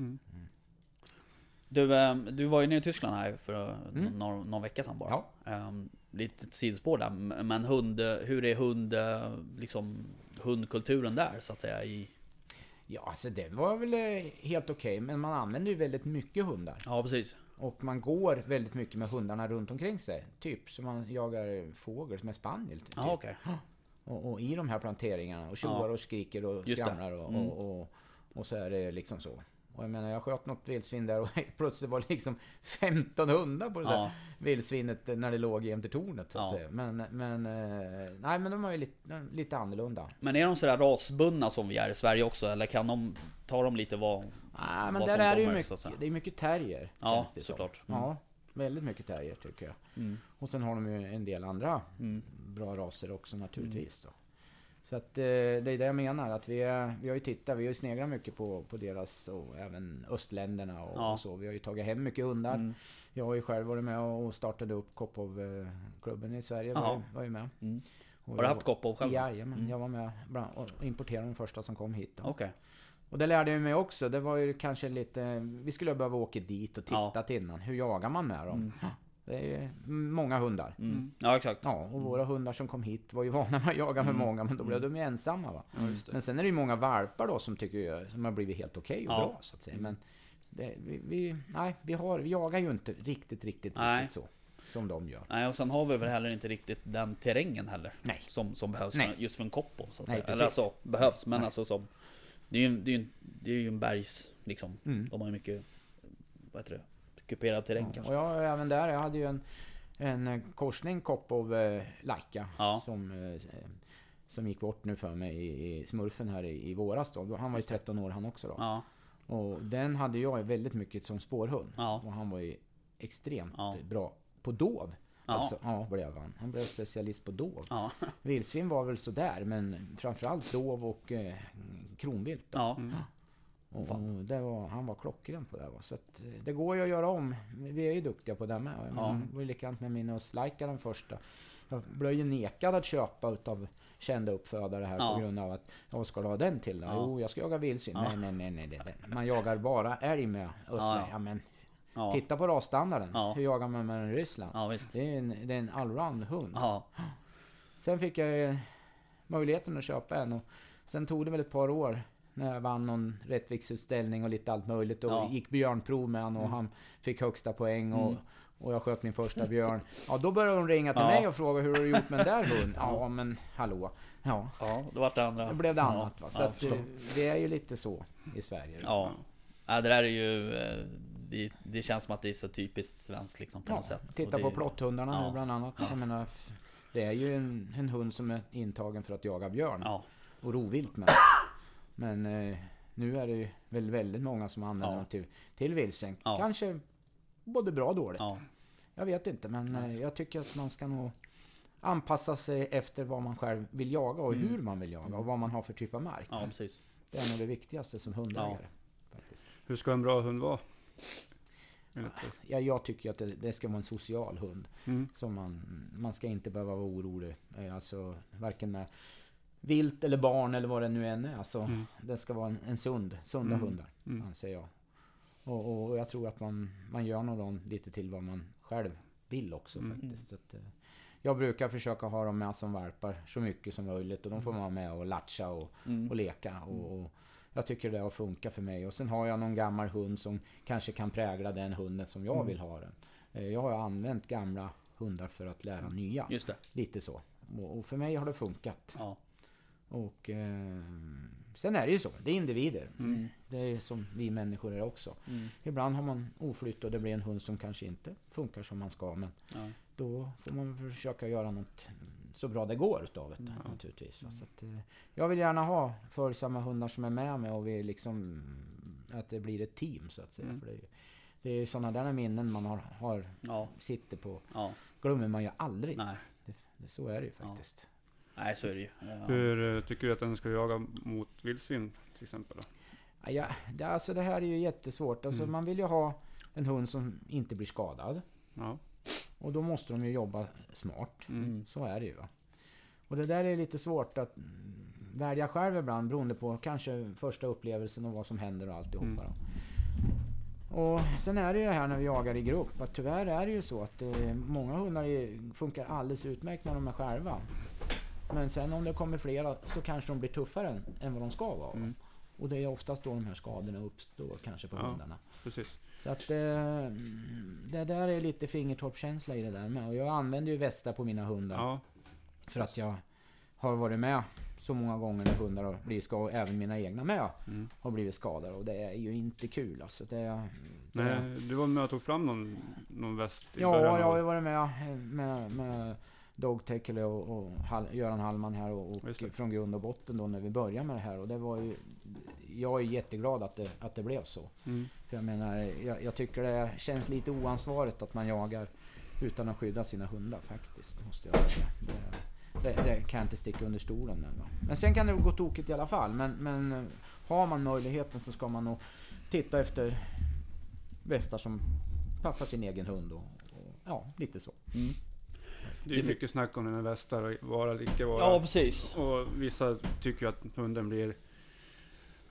Du var ju nere i Tyskland här för någon vecka sedan bara. Lite sidospår där. Men hur är hundkulturen där så att säga? Ja, alltså det var väl helt okej. Men man använder ju väldigt mycket hundar. Ja, precis. Och man går väldigt mycket med hundarna runt omkring sig. Typ som man jagar fågel som är spaniel. Typ. Och i de här planteringarna. Och tjoar och skriker och skramlar. Och så är det liksom så. Och jag menar, jag sköt något vildsvin där och plötsligt var det liksom 15 hundar på det där vildsvinet när det låg jämte tornet så att säga. Men de var ju lite annorlunda. Men är de sådär rasbundna som vi är i Sverige också? Eller kan de ta dem lite vad men där är det ju mycket, det är mycket terrier. Ja, såklart. Ja, väldigt mycket terrier tycker jag. Och sen har de ju en del andra bra raser också naturligtvis då. Så att det är det jag menar, att vi har ju tittat, vi har ju sneglat mycket på deras och även östländerna och så. Vi har ju tagit hem mycket hundar. Jag har ju själv varit med och startade upp Kopov-klubben i Sverige, var ju med. Har du haft Kopov själv? Jajamän, jag var med och importerade den första som kom hit då. Och det lärde jag mig också. Det var ju kanske lite... Vi skulle behöva åka dit och titta till innan. Hur jagar man med dem? Det är många hundar. Ja, exakt. Ja, och våra hundar som kom hit var ju vana med att jaga med många, men då blev de ju ensamma, va? Men sen är det ju många valpar då som tycker jag, som har blivit helt okej och bra, så att säga. Men det, vi jagar ju inte riktigt så som de gör. Nej, och sen har vi väl heller inte riktigt den terrängen heller. Nej. Som behövs just för en koppo, så att Nej, säga. precis. Eller alltså, behövs, men alltså som... Det är ju en bergs, liksom. De har ju mycket, vad heter det? Kuperad terräng kanske. Och även där, jag hade ju en korsning Kopov Laika som gick bort nu för mig i smurfen här i våras då. Han var ju 13 år han också då. Ja. Och den hade jag väldigt mycket som spårhund. Ja. Och han var ju extremt bra på dov. Ja. Alltså, blev han. Han blev specialist på dov. Ja. Vildsvin var väl sådär, men framförallt dov och kronvilt då. Ja. Och han var klockren på det. Va? Så att, det går ju att göra om. Vi är ju duktiga på det med. Det var ju likadant med min Oslaika den första. Jag blev ju nekad att köpa utav kända uppfödare här på grund av att jag ska ha den till. Jo, jag ska jaga vildsvin. Nej. Man jagar bara älg med Oslaika. Men titta på rasstandarden. Hur jagar man med en Ryssland? Ja, visst. Det är en allround hund. Ja. Sen fick jag möjligheten att köpa en. Och sen tog det väl ett par år när jag vann någon rättviksutställning och lite allt möjligt. Och gick björnprov med han och han fick högsta poäng. Och jag sköt min första björn. Ja, då började de ringa till mig och fråga hur har du gjort med den där hunden? Ja, men hallå. Ja, då var det andra. Då blev det annat. Va? Så att det är ju lite så i Sverige. Ja, det där är ju... Det känns som att det är så typiskt svenskt liksom, på något sätt. Titta på plotthundarna nu bland annat. Jag menar, det är ju en hund som är intagen för att jaga björn. Och rovvilt med. Men nu är det ju väldigt många som använder dem till vildsvin. Kanske både bra och dåligt. Jag vet inte, men jag tycker att man ska nog anpassa sig efter vad man själv vill jaga och hur man vill jaga och vad man har för typ av mark. Ja, precis. Det är nog det viktigaste som hundägare. Faktiskt. Hur ska en bra hund vara? Jag tycker att det ska vara en social hund. Som man ska inte behöva vara orolig. Alltså varken med vilt eller barn eller vad det nu än är. Alltså, det ska vara en sunda hundar, anser jag. Och jag tror att man gör nog lite till vad man själv vill också faktiskt. Så att, jag brukar försöka ha dem med som valpar så mycket som möjligt. Och de får vara med och latcha och leka. Och jag tycker det har funkat för mig. Och sen har jag någon gammal hund som kanske kan prägla den hunden som jag vill ha den. Jag har använt gamla hundar för att lära nya. Just det. Lite så. Och för mig har det funkat. Ja. Och sen är det ju så. Det är individer. Det är som vi människor är också. Ibland har man oflytt och det blir en hund som kanske inte funkar som man ska. Men då får man försöka göra något så bra det går utav det naturligtvis. Så att, jag vill gärna ha följsamma hundar som är med mig och vi liksom att det blir ett team så att säga. För det är sådana där minnen man har sitter på. Glömmer man ju aldrig. Nej. Så är det ju faktiskt. Nej, så är det ju. Hur tycker du att den ska jaga mot vildsvin till exempel då? Det här är ju jättesvårt. Alltså, man vill ju ha en hund som inte blir skadad. Ja. Och då måste de ju jobba smart. Så är det ju. Va? Och det där är lite svårt att välja själv ibland beroende på kanske första upplevelsen och vad som händer och alltihopa. Och sen är det ju det här när vi jagar i grupp att tyvärr är det ju så att många hundar funkar alldeles utmärkt när de är själva. Men sen om det kommer flera så kanske de blir tuffare än vad de ska vara. Och det är oftast då de här skadorna uppstår kanske på hundarna. Precis. Så att det där är lite fingertoppskänsla i det där med. Och jag använder ju västar på mina hundar. Ja. För att jag har varit med så många gånger när hundar har blivit skadade. Och även mina egna med har blivit skadade. Och det är ju inte kul alltså. Nej, du var med och tog fram någon väst i början. Ja, jag har ju varit med Dogtackle och Göran Hallman här och från grund och botten då när vi började med det här. Och det var ju, jag är jätteglad att det blev så. För jag menar, jag tycker det känns lite oansvarigt att man jagar utan att skydda sina hundar faktiskt, måste jag säga. Det kan jag inte sticka under stolen nu. Men sen kan det gå tokigt i alla fall. Men har man möjligheten så ska man nog titta efter västar som passar sin egen hund och ja, lite så. Det är mycket snack om det med västar och vara eller icke vara. Ja, precis. Och vissa tycker att hunden blir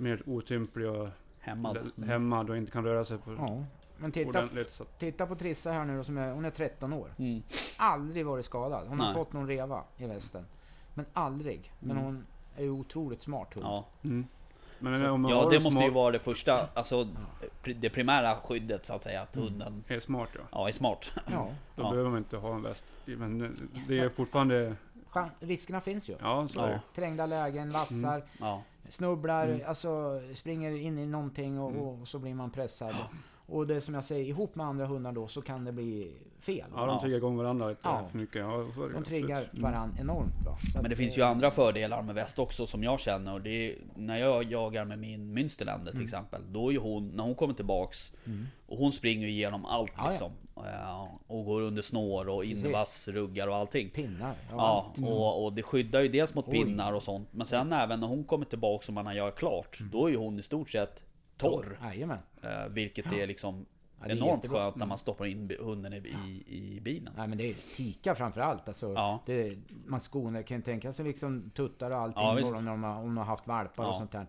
mer otymplig och hämmad och inte kan röra sig på Men ordentligt. Så. titta på Trissa här nu då, hon är 13 år. Aldrig varit skadad. Hon har fått någon reva i västen. Men aldrig. Men hon är ju otroligt smart hund. Ja. Men det måste ju vara det första, alltså det primära skyddet så att säga, att hunden är smart. Ja, är smart. Då behöver man inte ha en väst. Men det är fortfarande... Riskerna finns ju. Ja, så är det. Trängda lägen, vassar, snubblar, alltså springer in i någonting och så blir man pressad. Och det som jag säger, ihop med andra hundar då så kan det bli fel. Ja, de triggar igång varandra lite för mycket. De triggar varandra enormt bra. Men det finns ju andra fördelar med väst också som jag känner. Och det är, när jag jagar med min Münsterländer till exempel, då är ju hon, när hon kommer tillbaks, och hon springer ju igenom allt liksom. Och går under snår och invass, ruggar och allting. Pinnar. Och det skyddar ju dels mot pinnar och sånt. Men sen även när hon kommer tillbaks och man gör klart, då är ju hon i stort sett torr. Vilket är liksom enormt skönt när man stoppar in hunden i bilen. Nej, men det är tikar framförallt. Alltså, man skonar, kan ju tänka sig liksom tuttar och allting för om de har haft valpar och sånt där.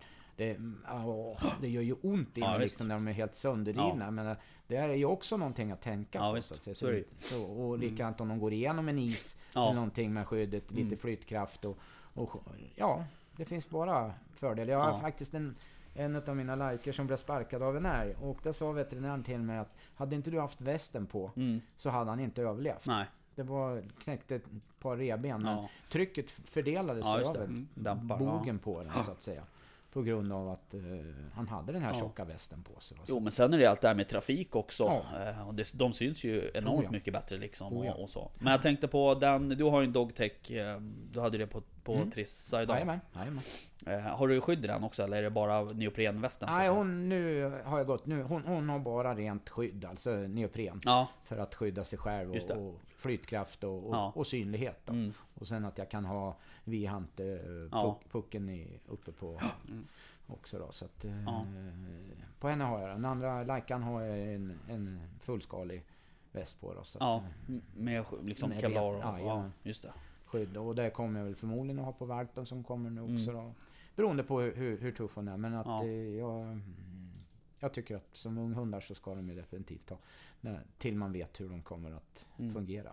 Det gör ju ont i dem liksom, när de är helt sönderdrivna. Men det är ju också någonting att tänka på. Så att säga. Och likadant om de går igenom en is eller någonting med skyddet, lite flytkraft och det finns bara fördelar. Jag har faktiskt en av mina lajker som blev sparkad av en älg. Och det sa veterinären till mig att hade inte du haft västen på så hade han inte överlevt. Nej. Det var knäckte ett par revben. Men trycket fördelades över bogen på den så att säga. På grund av att han hade den här tjocka västen på sig. Jo, men sen är det allt det här med trafik också. Och de syns ju enormt mycket bättre liksom. Och så. Men jag tänkte på den, du har ju en dogtech. Du hade det på Trissa idag. Jajamän. Har du skydd i den också, eller är det bara neoprenvästen? Nej, nu har jag gått. Hon har bara rent skydd, alltså neopren. För att skydda sig själv och flytkraft och synlighet. Då. Och sen att jag kan ha vihant pucken uppe på också då. Så att, på henne har jag den. andra lajkan har jag en fullskalig väst på då. Så att, med liksom kevlar och just det. Skydd. Och det kommer jag väl förmodligen att ha på valpen som kommer nu också då. Beroende på hur tuff hon är. Men att jag tycker att som ung hundar så ska de ju definitivt ta till man vet hur de kommer att fungera.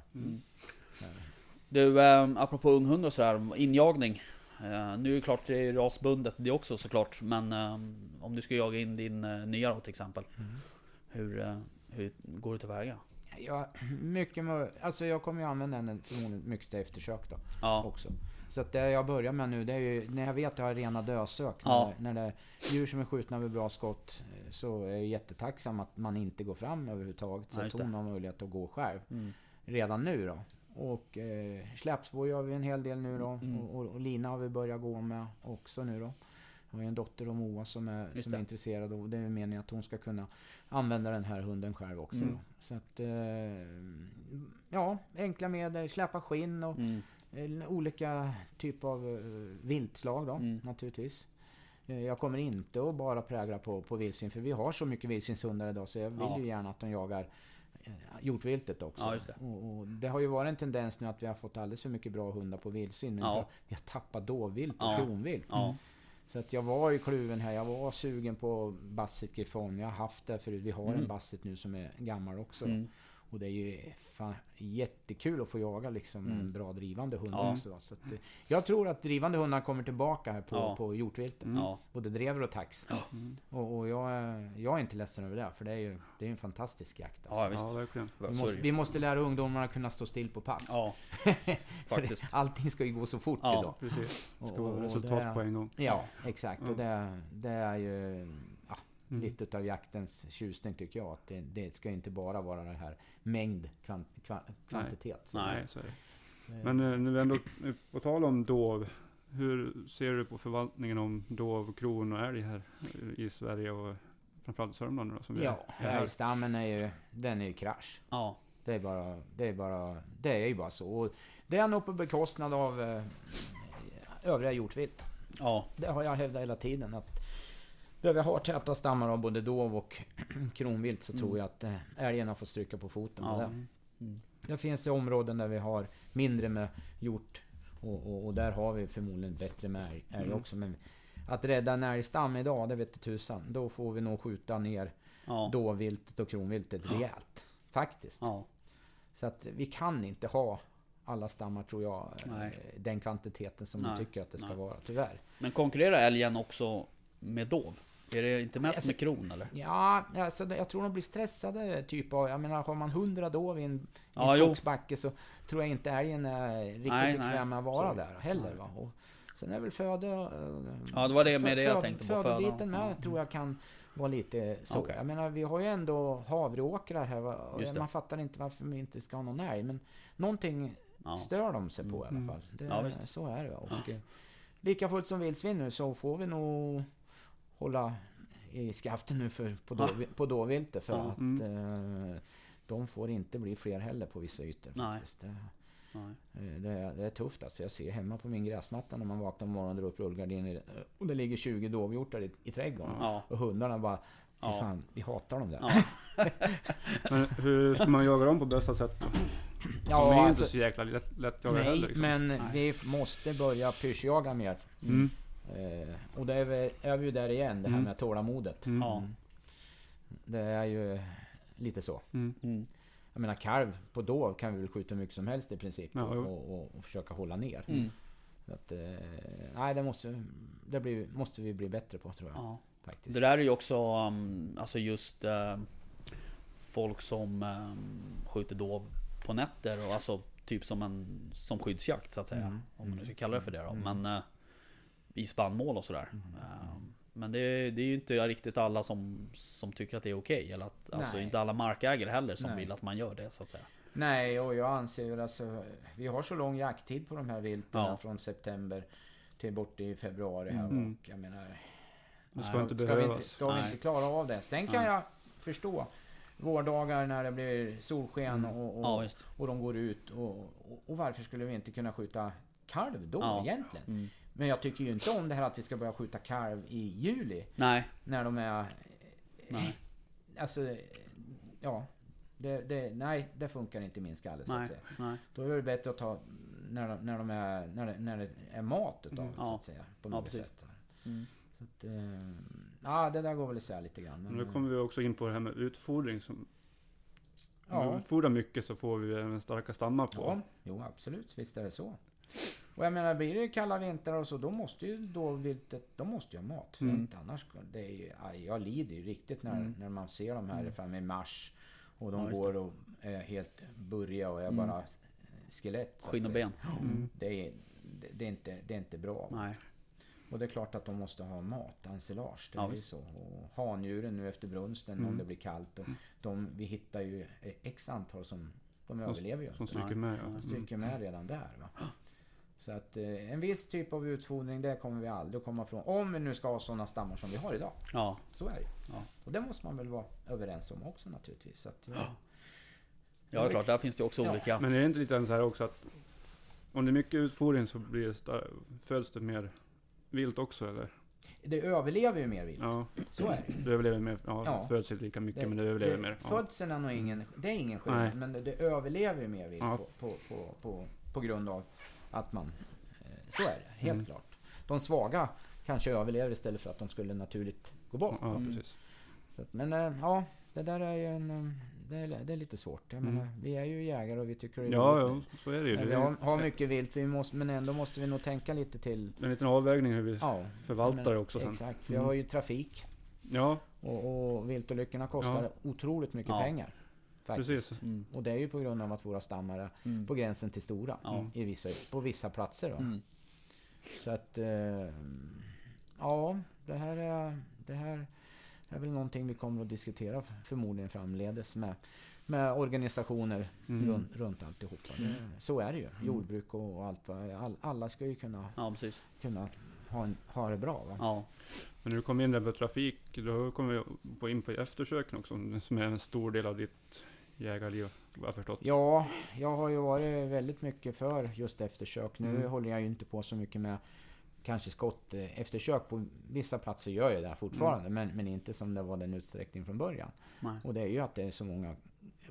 Du, apropå unghundar och sådär, injagning. Nu är det klart det är rasbundet det också såklart. Men om du ska jaga in din nya då, till exempel. Hur går det tillväga? Alltså jag kommer ju använda den förmodligen mycket eftersök då också. Så att det jag börjar med nu, det är ju när jag vet att jag har rena dösök. När det är djur som är skjutna med bra skott, så är jag jättetacksam att man inte går fram överhuvudtaget. Så att hon har möjlighet att gå själv. Redan nu då. Och släpspår gör vi en hel del nu då. Och Lina har vi börjat gå med också nu då. Jag har ju en dotter och Moa som är intresserad, och det är meningen att hon ska kunna använda den här hunden själv också. Så att enkla medel, släppa skinn och olika typer av viltslag då, naturligtvis. Jag kommer inte att bara prägla på vildsvin, för vi har så mycket vildsvinshundar idag, så jag vill ju gärna att de jagar hjortviltet också. Och det har ju varit en tendens nu att vi har fått alldeles för mycket bra hundar på vildsvin. Vi har tappat dovvilt och kronvilt. Så att jag var ju kluven här. Jag var sugen på Basset Griffon. Jag har haft det förut. Vi har en Basset nu som är gammal också. Och det är ju jättekul att få jaga liksom en bra drivande hund också. Så att, jag tror att drivande hundar kommer tillbaka här på hjortvilten. Både drever och tax. Och jag är inte ledsen över det. För det är en fantastisk jakt. Alltså. Ja, verkligen. Vi måste lära ungdomarna kunna stå still på pass. Ja, faktiskt. Allting ska ju gå så fort idag. Precis. Det ska vara resultat på en gång. Ja, exakt. Och det är ju lite utav jaktens tjusning, tycker jag. Att det ska inte bara vara den här mängd kvantitet. Nej, så är det. Men nu ändå på tal om dov, hur ser du på förvaltningen om dov, kron och älg här i Sverige och framförallt Sörmland då, som älgstammen den är ju krasch. Ja. Det är ju bara så. Och det är nog på bekostnad av övriga hjortvilt. Ja. Det har jag hävdat hela tiden, att där vi har täta stammar av både dov och kronvilt, så tror jag att älgarna får stryka på foten på det. Det finns områden där vi har mindre med hjort, och där har vi förmodligen bättre med älg också. Men att rädda en älgstam idag, det vet tusan. Då får vi nog skjuta ner dåviltet och kronviltet rejält. Faktiskt. Ja. Så att vi kan inte ha alla stammar, tror jag, den kvantiteten som vi tycker att det ska vara, tyvärr. Men konkurrerar älgen också med dov? Är det inte mest med kron eller? Ja, alltså, jag tror de blir stressade typ av, jag menar, har man 100 dov i en skogsbacke så tror jag inte älgen är riktigt bekväm med att vara där heller. Va? Och sen är väl föda... Ja, det var det med det jag tänkte på. Födobiten med tror jag kan vara lite så. Okay. Jag menar, vi har ju ändå havreåkrar här. Och man fattar inte varför vi inte ska ha någon älg. Men någonting stör de sig på i alla fall. Så är det. Och lika fullt som vildsvin nu så får vi nog hålla i skaften nu på dåviltet. För att de får inte bli fler heller på vissa ytor. Faktiskt. Det är tufft alltså. Jag ser hemma på min gräsmatta när man vaknar på morgonen och drar upp rullgardiner och det ligger 20 dovhjortar i trädgården. Och hundarna bara, fan, vi hatar dem där. Men hur ska man jaga dem på bästa sätt då? De är inte så jäkla lätt jaga heller. Liksom. Men vi måste börja pyschjaga mer. Och det är vi ju där igen, det här med tålamodet. Det är ju lite så. Jag menar, kalv på dov kan vi väl skjuta mycket som helst i princip och försöka hålla ner. Så att, nej, det måste vi bli bättre på, tror jag. Faktiskt. Det där är ju också alltså just folk som skjuter dov på nätter och alltså typ som skyddsjakt så att säga, om man nu ska kalla det för det då. Men i spannmål och sådär. Men det är ju inte riktigt alla som tycker att det är okej. Eller att, alltså inte alla markägare heller som vill att man gör det, så att säga. Nej, och jag anser ju alltså, vi har så lång jakttid på de här vilterna från september till bort i februari här. Och jag menar, ska vi inte klara av det. Sen kan jag förstå vårdagar när det blir solsken och de går ut och varför skulle vi inte kunna skjuta kalv då egentligen? Men jag tycker ju inte om det här att vi ska börja skjuta kalv i juli. Nej. När de är... Nej. Alltså, ja. Det funkar inte i min skalle, så att säga. Nej. Då är det bättre att ta när det är mat utav, så att säga. På något sätt. Så att, det där går väl isär lite grann. Men nu kommer vi också in på det här med utfodring. Om vi fodrar mycket så får vi en starka stammar på. Ja, jo, absolut. Visst är det så. Och jag menar, blir det kalla vintrar och så, då måste ju de måste ju ha mat. För inte annars, jag lider ju riktigt när man ser de här framme i mars och de går och är helt burriga och är bara skelett. Skinn och ben. Det är inte bra. Nej. Och det är klart att de måste ha mat, ensilage, det är ju så. Och handjuren nu efter brunsten om det blir kallt. Och vi hittar ju x antal som de överlever ju. Som stryker med. De stryker med redan där, va. Så att en viss typ av utfodring, det kommer vi aldrig komma från. Om vi nu ska ha sådana stammar som vi har idag. Ja. Så är det. Ja. Och det måste man väl vara överens om också naturligtvis. Så att, ja, klart. Där finns det också olika. Men är det inte lite så här också att om det är mycket utfodring så föds det mer vilt också, eller? Det överlever ju mer vilt. Ja. Så är det. Det överlever mer. Ja, föds inte lika mycket, men det överlever mer. Födseln är nog det är ingen skillnad, men det överlever ju mer vilt på grund av att man... Så är det, helt klart. De svaga kanske överlever istället för att de skulle naturligt gå bort. Ja, precis. Så att, men det där är ju det är lite svårt. Jag menar, vi är ju jägare och vi tycker det är ja, så är det ju. Vi har mycket vilt, men ändå måste vi nog tänka lite till... En liten avvägning hur vi förvaltar det också sen. Exakt, vi har ju trafik. Ja. Och viltolyckorna kostar otroligt mycket pengar. Faktiskt. Precis. Och det är ju på grund av att våra stammar är på gränsen till stora på vissa platser. Va? Så att det här är väl någonting vi kommer att diskutera förmodligen framledes med organisationer runt alltihopa. Så är det ju. Jordbruk och allt. Alla ska ju kunna ha det bra. Va? Ja. Men när du kommer in där på trafik, då kommer vi in på eftersöken också, som är en stor del av ditt jägarliv, vad jag förstått. Ja, jag har ju varit väldigt mycket för just eftersök. Nu håller jag ju inte på så mycket med kanske skott eftersök. På vissa platser gör jag det fortfarande, men inte som det var den utsträckning från början. Nej. Och det är ju att det är så många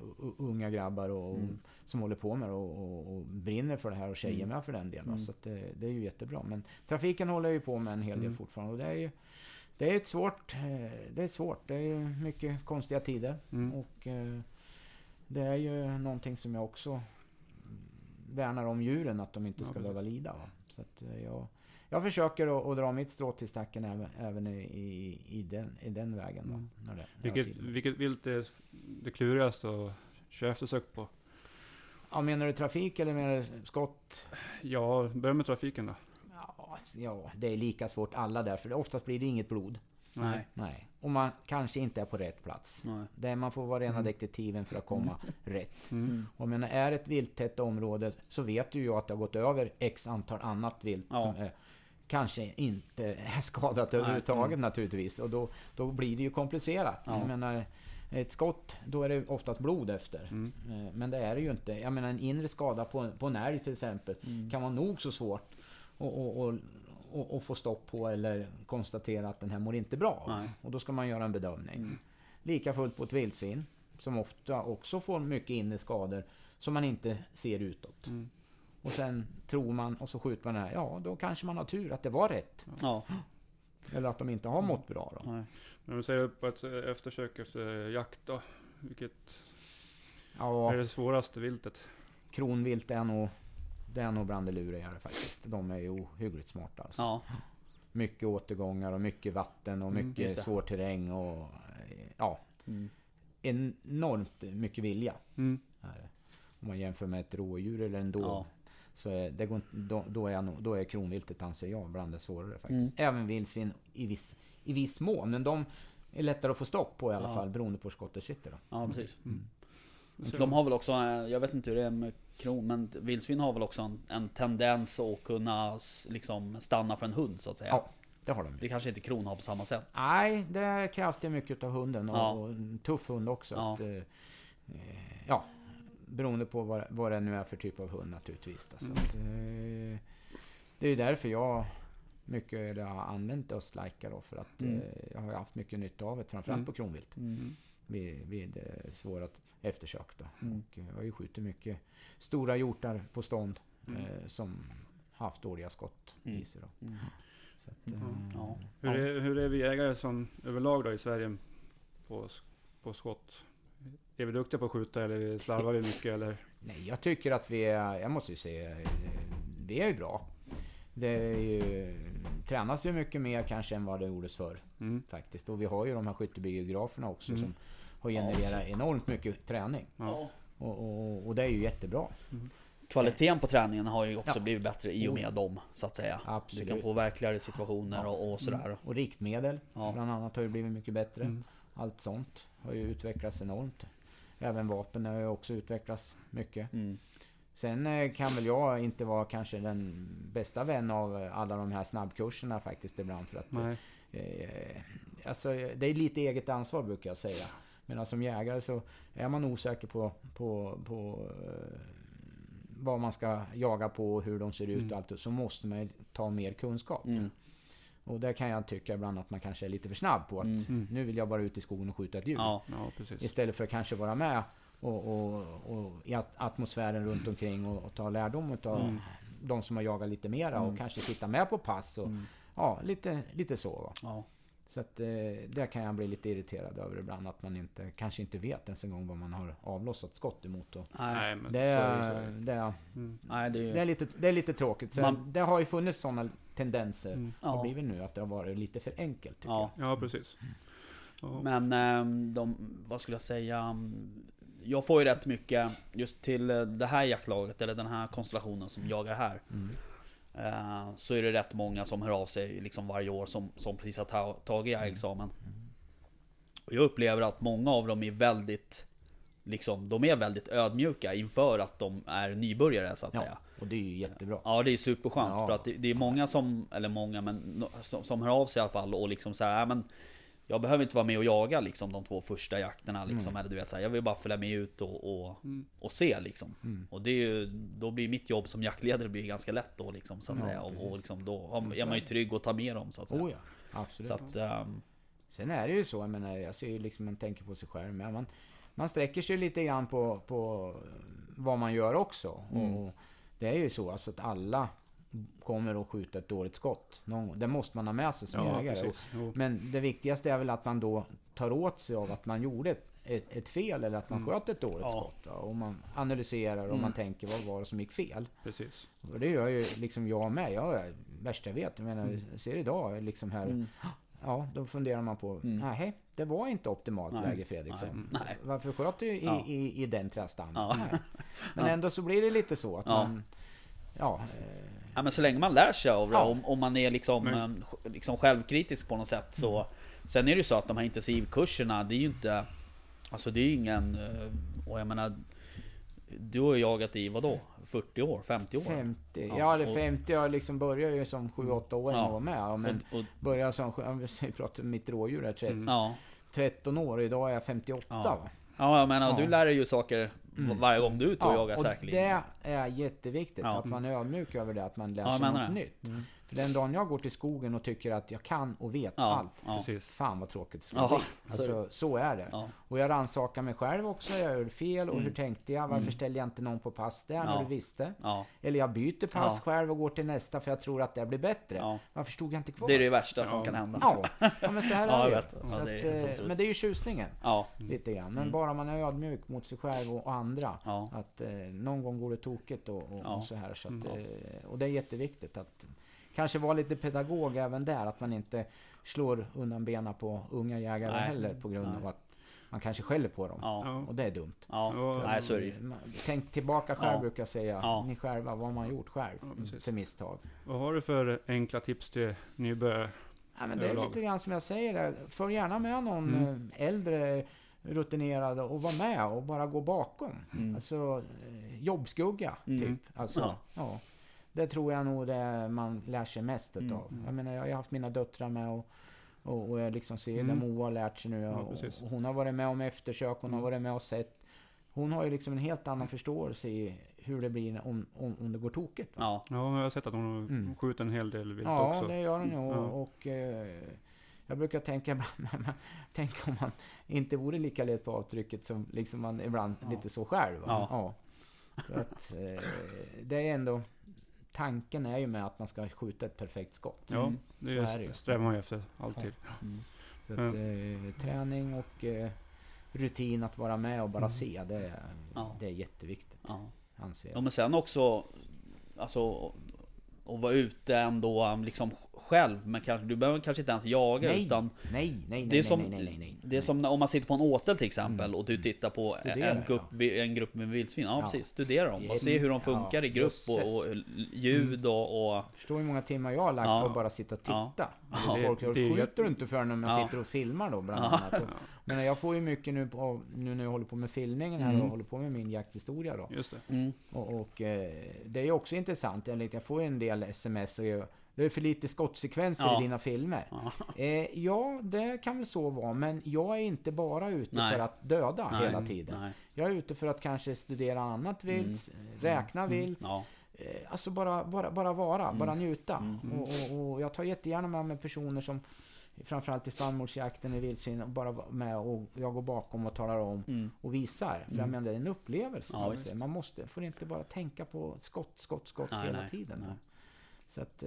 unga grabbar och som håller på med det och brinner för det här och tjejer med för den delen. Så att det är ju jättebra. Men trafiken håller ju på med en hel del fortfarande och det är svårt. Det är ju mycket konstiga tider och det är ju någonting som jag också värnar om djuren, att de inte ska behöva lida. Va? Så att jag försöker att dra mitt strå till stacken även i den vägen. Då, när vilket vilt är det klurigaste att köra eftersök på? Ja, menar du trafik eller menar du skott? Ja, börja med trafiken då. Ja, det är lika svårt alla där, för oftast blir det inget blod. Nej. Och man kanske inte är på rätt plats. Där man får vara rena detektiven för att komma rätt. Och menar, är ett vilttätt område så vet du ju att det har gått över x antal annat vilt som kanske inte är skadat överhuvudtaget naturligtvis. Och då blir det ju komplicerat. Jag menar, ett skott, då är det oftast blod efter. Men det är det ju inte. Jag menar, en inre skada på en älg till exempel kan vara nog så svårt och få stopp på eller konstatera att den här mår inte bra. Och då ska man göra en bedömning. Lika fullt på ett vildsvin som ofta också får mycket inre skador som man inte ser utåt. Och sen tror man och så skjuter man här. Ja, då kanske man har tur att det var rätt. Eller att de inte har mått bra då. Men du säger på ett eftersök efter jakt då. Vilket är det svåraste viltet? Kronvilt är nog bland det lurigare faktiskt. De är ju ohyggligt smarta. Alltså. Mycket återgångar och mycket vatten och mycket svår terräng och enormt mycket vilja. Om man jämför med ett rådjur eller en dov så då är kronviltet, anser jag, bland det svårare faktiskt. Även vildsvin i viss mån, men de är lättare att få stopp på i alla fall beroende på hur skottet sitter då. Ja, precis. De har väl också, jag vet inte hur det är med kron, men vildsvin har väl också en tendens att kunna liksom stanna för en hund så att säga. Ja, det har de. Det kanske inte kron har på samma sätt. Nej, det krävs det mycket av hunden och en tuff hund också. Att, beroende på vad det nu är för typ av hund naturligtvis. Så att, det är ju därför jag mycket har använt östlajkar då, för att jag har haft mycket nytta av det, framförallt på kronvilt. Vid svåra eftersök då. Och jag har ju skjutit mycket stora hjortar på stånd som haft dåliga skott i sig då. Så att, hur är vi jägare som överlag då i Sverige på skott? Är vi duktiga på att skjuta eller slarvar vi mycket eller? Nej, jag tycker att jag måste ju säga, det är ju bra. Det är ju, tränas ju mycket mer kanske än vad det gjordes förr faktiskt. Och vi har ju de här skyttebiograferna också som har genererat enormt mycket träning. Och det är ju jättebra. Kvaliteten på träningen har ju också blivit bättre i och med dem, så att säga. Absolut. Du kan få verkligare situationer och sådär. Och riktmedel bland annat har ju blivit mycket bättre. Allt sånt har ju utvecklats enormt. Även vapen har ju också utvecklats mycket. Sen kan väl jag inte vara kanske den bästa vän av alla de här snabbkurserna faktiskt ibland, för att alltså, det är lite eget ansvar brukar jag säga. Men som jägare så är man osäker på vad man ska jaga på och hur de ser ut och allt, så måste man ta mer kunskap. Och där kan jag tycka ibland att man kanske är lite för snabb på att nu vill jag bara ut i skogen och skjuta ett djur. Istället för att kanske vara med och i atmosfären runt omkring och ta lärdom av de som har jagat lite mera och kanske sitta med på pass och lite så. Va? Så att där kan jag bli lite irriterad över ibland att man kanske inte vet ens en gång vad man har avlossat skott emot. Nej, men det är lite tråkigt. Så det har ju funnits sådana tendenser har blivit nu att det har varit lite för enkelt tycker jag. Ja, precis. Men vad skulle jag säga, jag får ju rätt mycket just till det här jaktlaget eller den här konstellationen som jagar här. Så är det rätt många som hör av sig liksom varje år som precis har tagit examen. Och jag upplever att många av dem är väldigt väldigt ödmjuka inför att de är nybörjare så att säga. Och det är ju jättebra. Ja, det är superskönt för att det är många som hör av sig i alla fall och liksom så här, men jag behöver inte vara med och jaga liksom de 2 första jakterna liksom, eller du vet så här, jag vill bara följa med ut och se liksom. Och det är ju, då blir mitt jobb som jaktledare blir ganska lätt då liksom, så att säga, och liksom, då är man ju trygg att ta med dem så att säga. Absolut. Så att, sen är det ju så, jag menar, jag ser ju liksom, man tänker på sig själv, men man sträcker sig lite grann på vad man gör också. Och det är ju så alltså, att alla kommer att skjuta ett dåligt skott någon gång. Det måste man ha med sig som jägare. Men det viktigaste är väl att man då tar åt sig av att man gjorde ett fel eller att man sköt ett dåligt skott. Och man analyserar och man tänker vad var det som gick fel. Precis. Och det gör ju liksom jag med. Jag är värsta jag vet. Jag menar, ser idag liksom här. Ja, då funderar man på nej, det var inte optimalt läge Fredriksson. Nej. Varför sköt du i den trädstammen? Men ändå så blir det lite så att man Ja, men så länge man lär sig av det, om man är liksom självkritisk på något sätt så. Sen är det ju så att de här intensivkurserna, det är ju inte, alltså det är ju ingen, och jag menar, du har ju jagat i vadå? 40 år? 50 år? 50, ja eller 50, jag liksom började ju som 7-8 år och var med. Men började som, jag pratar om mitt rådjur här, 13 år och idag är jag 58 va? Ja, jag menar, du lär dig ju saker varje gång du är ute och jagar och säkerligen. Det är jätteviktigt att man är ödmjuk över det, att man lär sig något nytt. För den dagen jag går till skogen och tycker att jag kan och vet allt, fan vad tråkigt det skulle bli. Alltså, så är det. Och jag rannsakar mig själv också, jag gör fel och hur tänkte jag? Varför ställde jag inte någon på pass där när du visste? Eller jag byter pass själv och går till nästa för jag tror att det blir bättre. Varför stod jag inte kvar? Det är det värsta som kan hända. Ja, men så här är det. Men det är ju tjusningen. Lite grann. Men bara man är ödmjuk mot sig själv och andra. Att någon gång går det tokigt och så här. Så att, och det är jätteviktigt att kanske vara lite pedagog även där. Att man inte slår undan benen på unga jägare heller på grund av att man kanske skäller på dem. Och det är dumt. Nej, så är det. Tänk tillbaka själv brukar jag säga. Ni själva, vad man gjort själv för misstag. Vad har du för enkla tips till nybörjare? Ja, men det är lite grann som jag säger. Följ gärna med någon äldre rutinerad och vara med och bara gå bakom. Alltså jobbskugga typ. Alltså, det tror jag nog det man lär sig mest utav. Jag menar, jag har haft mina döttrar med och jag liksom ser det Moa har lärt sig nu och hon har varit med om eftersök, hon har varit med och sett. Hon har ju liksom en helt annan förståelse i hur det blir om det går tokigt. Ja, jag har sett att hon skjuter en hel del vilt också. Ja, det gör hon ju. Och jag brukar tänka tänk om man inte vore lika lätt på avtrycket som liksom man ibland lite så själv. För att det är ändå, tanken är ju med att man ska skjuta ett perfekt skott. Ja, det strävar man ju efter alltid. Så att träning och rutin att vara med och bara se, det är jätteviktigt. Anser jag. Ja, men sen också alltså och vara ute ändå liksom själv, men du behöver kanske inte ens jaga. Nej. Det är som om man sitter på en åtel till exempel och du tittar på en grupp med vildsvin. Precis, studera dem och se hur de funkar i grupp och ljud och förstår hur många timmar jag har lagt på att bara sitta och titta. Folk skjuter inte för när man sitter och filmar då bland annat. Men jag får ju mycket nu när jag håller på med filmningen här och håller på med min jakthistoria då. Just det. Och det är ju också intressant. Jag får ju en del sms och det är för lite skottsekvenser i dina filmer. Ja, det kan väl så vara. Men jag är inte bara ute för att döda hela tiden. Jag är ute för att kanske studera annat vilt, räkna vilt. Alltså bara vara, bara njuta. Och jag tar jättegärna med mig personer som framförallt i spannmålsjakten i vildsvin och bara med och jag går bakom och talar om och visar. För jag menar, det är en upplevelse. Man får inte bara tänka på skott hela tiden. Nej. Så att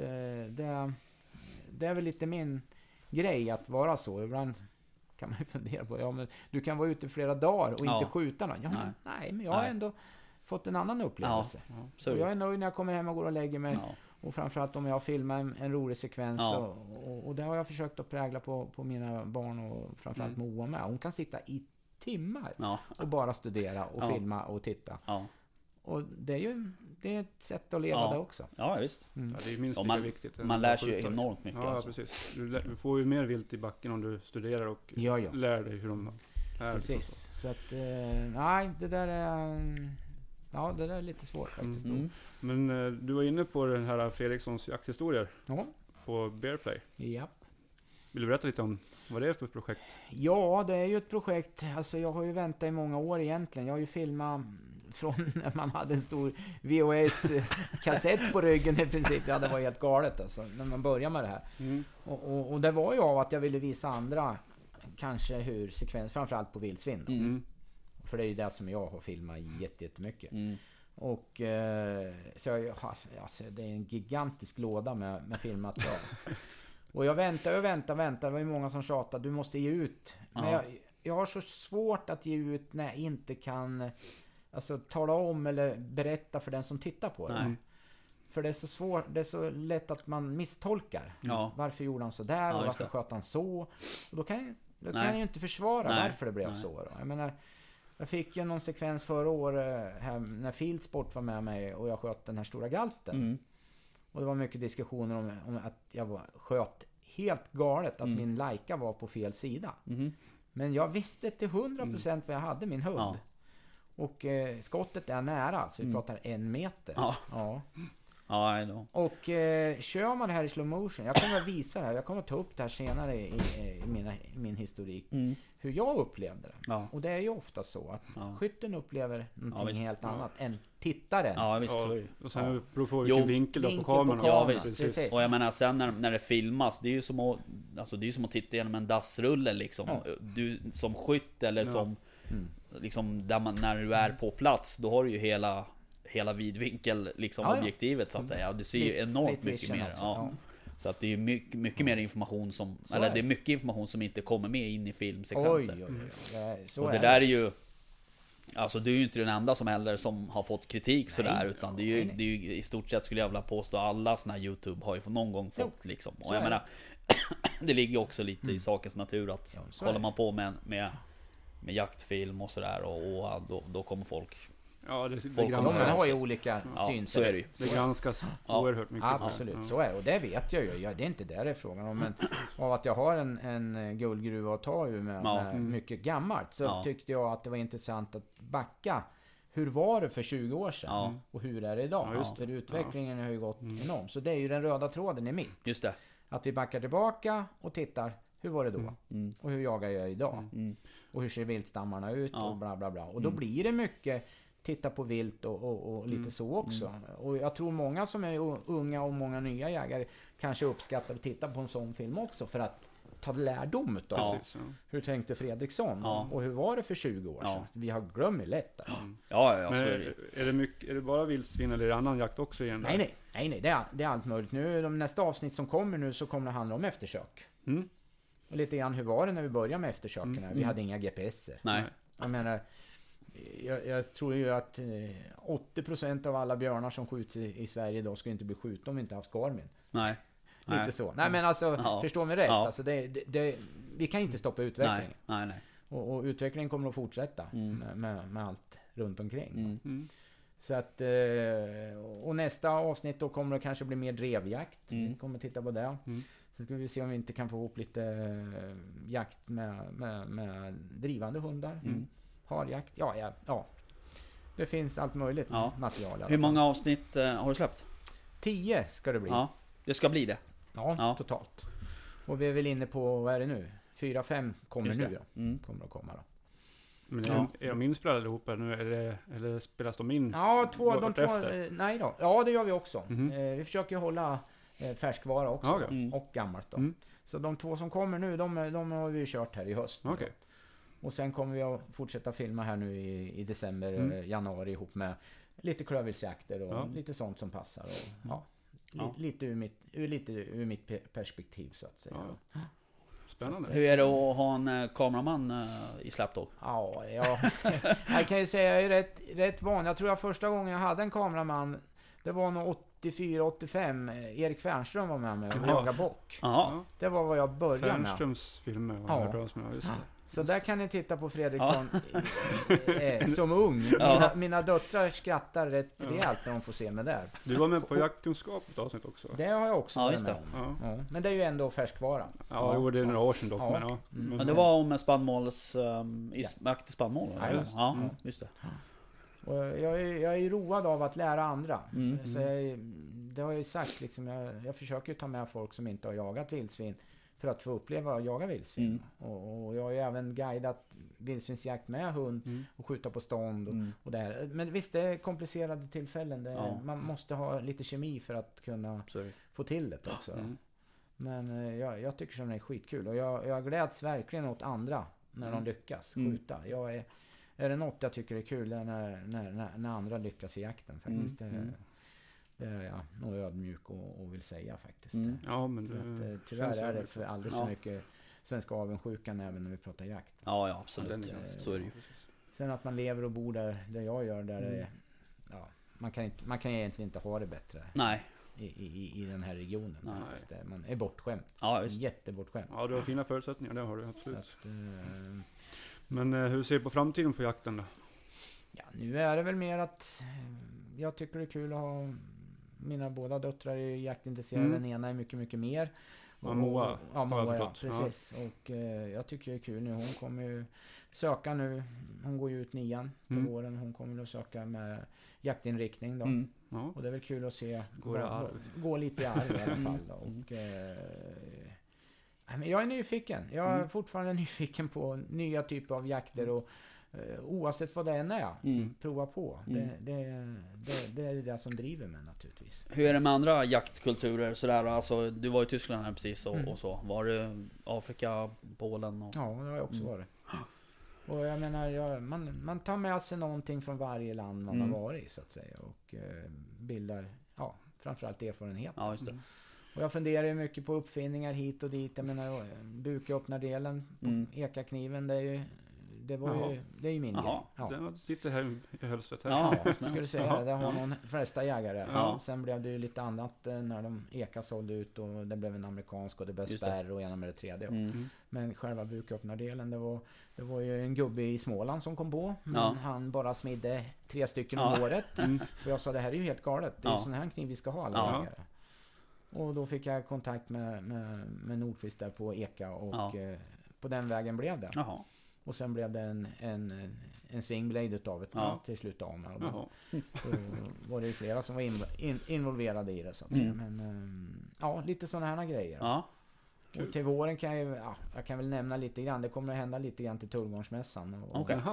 det är väl lite min grej att vara så. Ibland kan man ju fundera på, men du kan vara ute flera dagar och inte skjuta någon. Men jag har ändå fått en annan upplevelse. Och jag är nöjd när jag kommer hem och går och lägger mig. Och framförallt om jag filmar en rolig sekvens. Och det har jag försökt att prägla på mina barn och framförallt Moa med. Hon kan sitta i timmar och bara studera och filma och titta. Och det är ett sätt att leva det också. Ja, visst. Ja, det är minst lika viktigt. Man lär sig ju enormt mycket. Ja, precis. Du får ju mer vilt i backen om du studerar och lär dig hur de är. Precis. Så att, nej, det där är lite svårt faktiskt. Men du var inne på den här Fredrikssons jakthistorier på Bearplay. Ja. Vill du berätta lite om vad det är för projekt? Ja, det är ju ett projekt. Alltså jag har ju väntat i många år egentligen. Jag har ju filmat från när man hade en stor VHS-kassett på ryggen i princip. Ja, det var helt galet alltså, när man började med det här. Och det var ju av att jag ville visa andra kanske hur sekvens, framförallt på vildsvin. För det är ju det som jag har filmat jättemycket. Och så alltså, det är en gigantisk låda med filmmaterial. Och jag väntar. Det var ju många som tjatade, du måste ge ut. Men jag har så svårt att ge ut när jag inte kan alltså tala om eller berätta för den som tittar på det. För det är så svårt, det är så lätt att man misstolkar. Varför gjorde han så där och varför sköt han så? Och då kan jag ju inte försvara varför det blev så då. Jag menar, jag fick ju någon sekvens förra året här när Fieldsport var med mig och jag sköt den här stora galten. Och det var mycket diskussioner om att jag sköt helt galet, att min Leica var på fel sida. Men jag visste till 100% vad jag hade min hund. Och skottet är nära, så vi pratar 1 meter. Och kör man det här i slow motion, jag kommer att visa det här, jag kommer att ta upp det här senare i min historik, hur jag upplevde det. Och det är ju ofta så att skytten upplever någonting helt annat än tittaren. Ja, visst. Och sen beror på vilken vinkel på kameran. Ja, visst. Och jag menar sen när det filmas, det är ju som att, alltså, det är ju som att titta igenom en dassrulle liksom. Du som skytt eller som liksom där när du är på plats, då har du ju hela vidvinkel liksom objektivet så att säga. Du ser ju enormt mycket mer. Så att det är mycket mer information som det är mycket information som inte kommer med in i filmsekvenser. Och det där är ju, alltså du är ju inte den enda som heller som har fått kritik sådär, utan det är ju i stort sett, skulle jag vilja påstå, alla såna här YouTube har ju någon gång fått liksom. Och jag menar, det ligger också lite i sakens natur att håller man på med jaktfilm och sådär, och då kommer folk. Ja, man har ju olika synsätt. Så är det ju. Det granskas oerhört mycket. Absolut, så är det. Och det vet jag ju. Det är inte där det är frågan om. Men av att jag har en guldgruva att ta ur med mycket gammalt, så tyckte jag att det var intressant att backa. Hur var det för 20 år sedan? Och hur är det idag? För utvecklingen har ju gått enormt. Så det är ju den röda tråden i mitt. Just det. Att vi backar tillbaka och tittar. Hur var det då? Och hur jagar jag idag? Och hur ser viltstammarna ut? Och bla bla bla. Och då blir det mycket titta på vilt och lite så också. Och jag tror många som är unga och många nya jägare kanske uppskattar att titta på en sån film också, för att ta lärdom utav hur tänkte Fredriksson och hur var det för 20 år sedan. Vi har glömt lätt alltså. Men är det bara vildsvin eller är det annan jakt också igen? Nej, det är allt möjligt. Nu de nästa avsnitt som kommer nu, så kommer det handla om eftersök. Och lite grann, hur var det när vi började med eftersöken? Vi hade inga GPSer. Jag menar, jag tror ju att 80% av alla björnar som skjuts i Sverige idag skulle inte bli skjutna om vi inte haft Garmin. Lite så. Nej, men alltså, förstår mig rätt. Alltså, vi kan inte stoppa utvecklingen. Nej. Och utvecklingen kommer att fortsätta med allt runt omkring. Så att, och nästa avsnitt då kommer det kanske bli mer drevjakt. Vi kommer titta på det. Så ska vi se om vi inte kan få ihop lite jakt med drivande hundar. Harjakt. Ja. Det finns allt möjligt material. Hur många avsnitt har du släppt? 10 ska det bli. Ja, det ska bli det. Ja, totalt. Och vi är väl inne på, vad är det nu? 4-5 kommer nu då. Kommer att komma då. Men är de inspelade ihop nu, eller spelas de in? Ja, de två, nej då. Ja, det gör vi också. Vi försöker hålla färskvara också och gammalt då. Så de två som kommer nu, de har vi kört här i höst. Och sen kommer vi att fortsätta filma här nu i december, januari, ihop med lite klövviltsjakter och lite sånt som passar. Och, lite ur mitt perspektiv så att säga. Spännande. Hur är det att ha en kameraman i släpptåg? Jag kan ju säga jag är rätt van. Jag tror att första gången jag hade en kameraman, det var nog 84-85. Erik Fernström var med mig och jagade bock. Det var vad jag började med. Fernströms filmer var bra som jag visste. Så där kan ni titta på Fredriksson som ung. Mina döttrar skrattar rätt rejält när de får se mig där. Du var med på jaktkunskap ett avsnitt också. Det har jag också varit med. Men det är ju ändå färskvara. Ja, det är några år sedan dock. Men det var om spannmåls... jakt i spannmål? Just det. Och jag är road av att lära andra. Så det har jag ju sagt liksom, jag försöker ju ta med folk som inte har jagat vildsvin för att få uppleva att jaga vildsvin. Och jag har ju även guidat vildsvinsjakt med hund och skjuta på stånd och där. Men visst, det är komplicerade tillfällen. Man måste ha lite kemi för att kunna få till det också. Men jag tycker som det är skitkul. Och jag gläds verkligen åt andra när de lyckas skjuta. är det något jag tycker är kul, det är när andra lyckas i jakten faktiskt. Det är jag nog ödmjuk och vill säga faktiskt. Ja, men för att, tyvärr är det för alldeles för mycket svenska avundsjukan även när vi pratar jakt. Ja, absolut. Så är det ju. Sen att man lever och bor där jag gör, där det, man kan egentligen inte ha det bättre. Nej. I den här regionen. Faktiskt. Man är bortskämd. Ja, visst. Jättebortskämd. Ja, du har fina förutsättningar, det har du absolut. Att, men hur ser du på framtiden för jakten då? Ja, nu är det väl mer att jag tycker det är kul att ha mina båda döttrar är jaktintresserade. Den ena är mycket, mycket mer. Moa, precis. Ja. Och jag tycker det är kul nu. Hon kommer ju söka nu. Hon går ju ut 9 till våren. Hon kommer att söka med jaktinriktning då. Ja. Och det är väl kul att se gå lite i arv i alla fall. Då. Och, men jag är nyfiken. Jag är fortfarande nyfiken på nya typer av jakter och oavsett vad det än är, prova på. Det är det som driver mig naturligtvis. Hur är det med andra jaktkulturer sådär? Alltså, du var i Tyskland här precis och så. Var det Afrika, Polen? Och... Ja, det har jag också varit. Och jag menar, man tar med sig någonting från varje land man har varit i så att säga. Och bildar, framförallt erfarenhet. Ja, just det. Och jag funderar ju mycket på uppfinningar hit och dit. Jag menar, buköppnardelen på ekakniven, det är ju min grej. Ja. Den sitter här i hölstret här. Ja, ska du säga det. Det har de flesta jägare. Ja. Sen blev det ju lite annat när de eka sålde ut och det blev en amerikansk och det blev spärr och ena med det tredje. Men själva buköppnardelen, det var ju en gubbe i Småland som kom på. Men han bara smidde 3 stycken om året. Och jag sa, det här är ju helt galet. Det är ju sån här kniv vi ska ha alla jägare. Och då fick jag kontakt med Nordqvist där på Eka och på den vägen blev det. Jaha. Och sen blev det en swingblade utav det till slut av med. Då var det ju flera som var involverade i det så att säga. Men lite sådana här grejer. Ja. Och till våren kan jag kan väl nämna lite grann. Det kommer att hända lite grann till Tullgårdsmässan.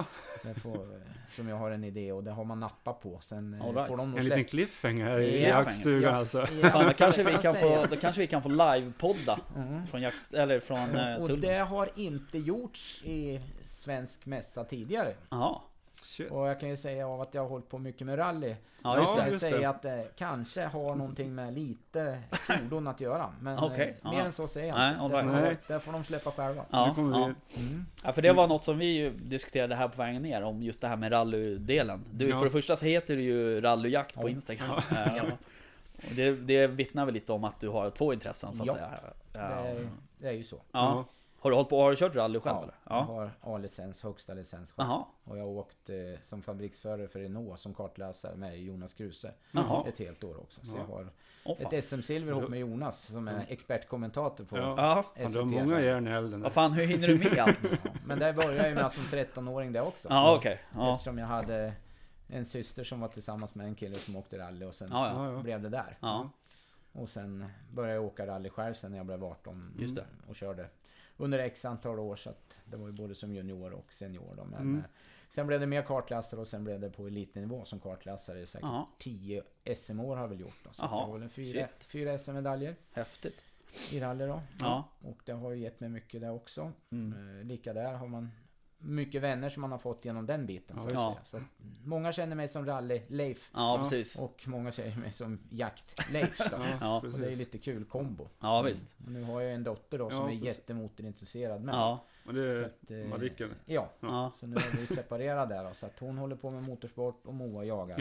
Som jag har en idé och det har man nappat på. Sen får de en liten cliffhanger i jaktstugan alltså. Fan, då kanske vi kan få livepodda från jakt eller från och det har inte gjorts i svensk mässa tidigare. Jaha. Shit. Och jag kan ju säga av att jag har hållit på mycket med rally. Ja, just det. Jag säger att det kanske har någonting med lite fordon att göra. Men mer än så säger jag inte. Där får de släppa själva. Ja, för det var något som vi ju diskuterade här på vägen ner om just det här med rallydelen. För det första så heter det ju rallyjakt på Instagram. Och det vittnar väl lite om att du har 2 intressen så att säga. Det är ju så. Ja. Har du kört rally själv eller? Jag har A-licens, högsta licens själv. Och jag har åkt som fabriksförare för Renault som kartläsare med Jonas Kruse ett helt år också. Så jag har ett SM-silver ihop med Jonas som är expertkommentator på SVT. Du har många järn i elden. Vad fan, hur hinner du med allt? Men det började ju med som 13-åring det också. Eftersom jag hade en syster som var tillsammans med en kille som åkte rally och sen blev det där. Och sen började jag åka rally själv sen när jag blev 18 och körde under x antal år, så att det var ju både som junior och senior då, men sen blev det mer kartläsare och sen blev det på elitnivå som kartläsare. Säkert 10 SM-år har jag väl gjort då, så jag har 4 SM-medaljer. Häftigt. I rally då. Och det har ju gett mig mycket där också. Lika där har man mycket vänner som man har fått genom den biten. Så många känner mig som rally-Leif. Precis. Och många känner mig som jakt-Leif. Och det är lite kul kombo. Ja, visst. Och nu har jag en dotter då som är jättemotorintresserad med. Och det är Madicken. Så nu är vi separerade där då, så att hon håller på med motorsport och Moa jagar.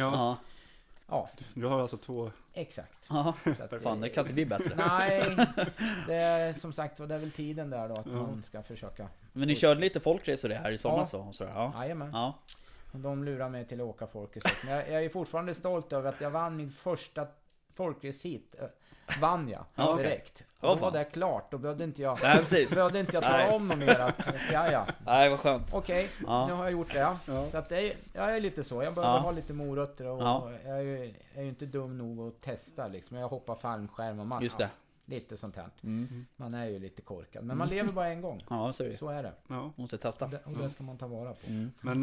Du har alltså 2. Exakt. Så att, fan, det kan inte bli bättre. Nej, det är som sagt det är väl tiden där då att man ska försöka. Men ni körde lite folkrace det här i sommar så sådär. Jajamän. De lurar mig till att åka folkrace. Men jag är fortfarande stolt över att jag vann min första folkrace hit. Vann jag direkt. Då var det klart. Då behövde inte jag tala om något mer att Nej, vad skönt. Okej, nu har jag gjort det. Så att jag är lite så. Jag behöver ha lite morötter och jag är ju inte dum nog att testa liksom. Jag hoppar fallskärm och man. Just det. Lite sånt här. Man är ju lite korkad. Men man lever bara en gång. Så är det. Måste testa. Och det ska man ta vara på. Men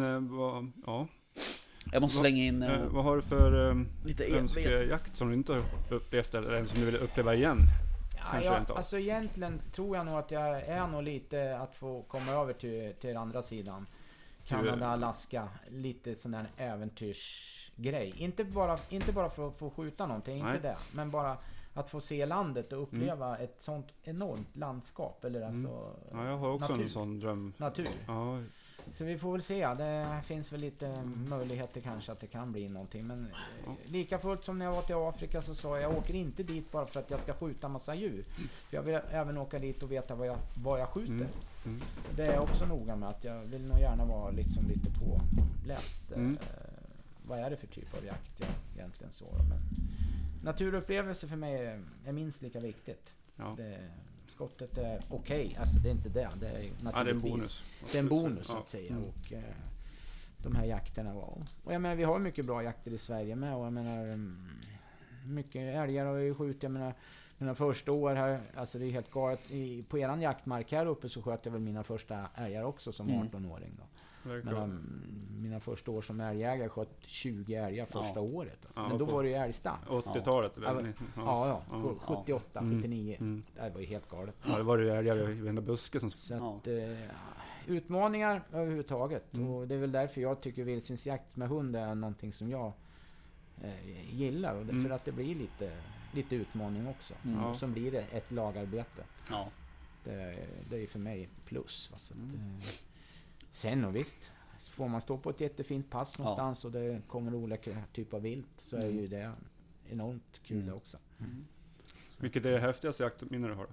jag måste slänga in vad har du för lite önskejakt som du inte har upplevt eller som du vill uppleva igen? Alltså egentligen tror jag nog att jag är nog lite att få komma över till andra sidan Kanada, Alaska, lite sån där äventyrsgrej. Inte bara för att få skjuta någonting, inte det, men bara att få se landet och uppleva ett sånt enormt landskap eller alltså Ja, jag har också natur. en sån dröm. Natur. Ja, Så vi får väl se. Det finns väl lite möjligheter kanske att det kan bli någonting. Men lika fullt som när jag var till Afrika så sa jag åker inte dit bara för att jag ska skjuta massa djur. För jag vill även åka dit och veta vad jag skjuter. Det är också noga med att jag vill nog gärna vara liksom lite påläst. Vad är det för typ av jakt jag egentligen så. Men naturupplevelse för mig är minst lika viktigt. ja. Skottet är okej. Alltså det är inte det. Det är naturligtvis. Ja, det är en bonus. Det är en bonus så Ja. att säga. Och de här jakterna var... Och jag menar, vi har mycket bra jakter i Sverige med. Och jag menar, mycket älgar har jag ju skjutit. Jag menar, mina första år här, alltså det är helt galet. På eran jaktmark här uppe så sköt jag väl mina första älgar också som 18-åring då. Men mina första år som älgjägare sköt 20 älgar första året. Alltså. Ja, Men då var det ju älgstam. 80-talet eller? Ja. 78, 79. Det var ju helt galet. Ja, det var ju älgar i varenda buske som... Så att, utmaningar överhuvudtaget. Och det är väl därför jag tycker vildsvinsjakt med hund är någonting som jag gillar. Och för att det blir lite utmaning också. Och så blir det ett lagarbete. Ja. Det är för mig plus. Så att, sen och visst, får man stå på ett jättefint pass någonstans och det kommer olika typer av vilt så är ju det enormt kul också. Vilket är det häftigaste jaktminne du har då?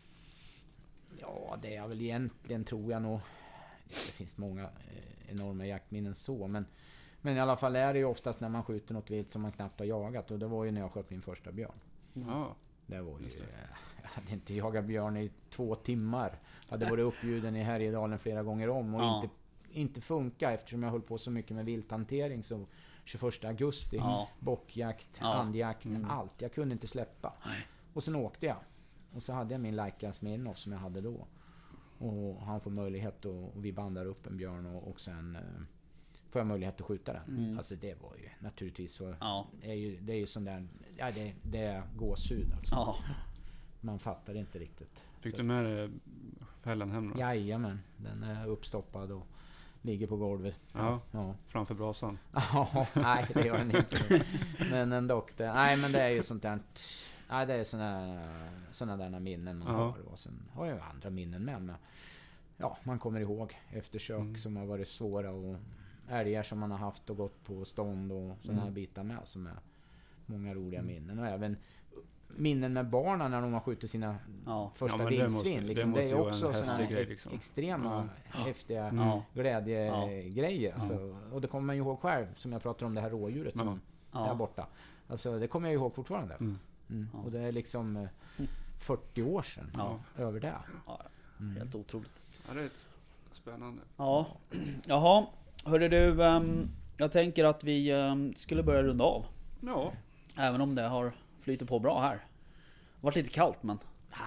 Ja, det är väl egentligen, tror jag nog. Det finns många enorma jaktminnen så, men i alla fall är det ju oftast när man skjuter något vilt som man knappt har jagat, och det var ju när jag sköt min första björn. Ja. Det var ju, jag hade inte jagat björn i 2 timmar. Jag hade varit uppbjuden i Härjedalen flera gånger om och inte funka eftersom jag höll på så mycket med vilthantering. Så 21 augusti, bockjakt, andjakt, allt. Jag kunde inte släppa. Nej. Och sen åkte jag. Och så hade jag min Leica Smirnoff som jag hade då. Och han får möjlighet och vi bandar upp en björn och sen får jag möjlighet att skjuta den. Alltså det var ju naturligtvis så. Det är ju sån där, det är gåshud alltså. Ja. Man fattar inte riktigt. Fick du med dig fällan hem då? Jajamän, den är uppstoppad och ligger på golvet. Ja. Framför brasan. Ja, nej det gör den inte. Men ändå, nej men det är ju sånt där. Nej, det är såna där minnen man har. Och sen har jag andra minnen med. Men ja, man kommer ihåg eftersök som har varit svåra och älgar som man har haft och gått på stånd och såna här bitar med som är många roliga minnen. Och även minnen med barnen när de har skjutit sina första vildsvin. Liksom. Det är också såna här liksom. Extrema häftiga glädjegrejer. Alltså. Och det kommer man ju ihåg själv, som jag pratar om det här rådjuret som är borta. Alltså, det kommer jag ihåg fortfarande. Och det är liksom 40 år sedan över det. Helt otroligt. Ja, det är spännande. Ja, jaha. Hörru du, jag tänker att vi skulle börja runda av. Ja. Även om det har flyttat på bra här. Det har varit lite kallt men...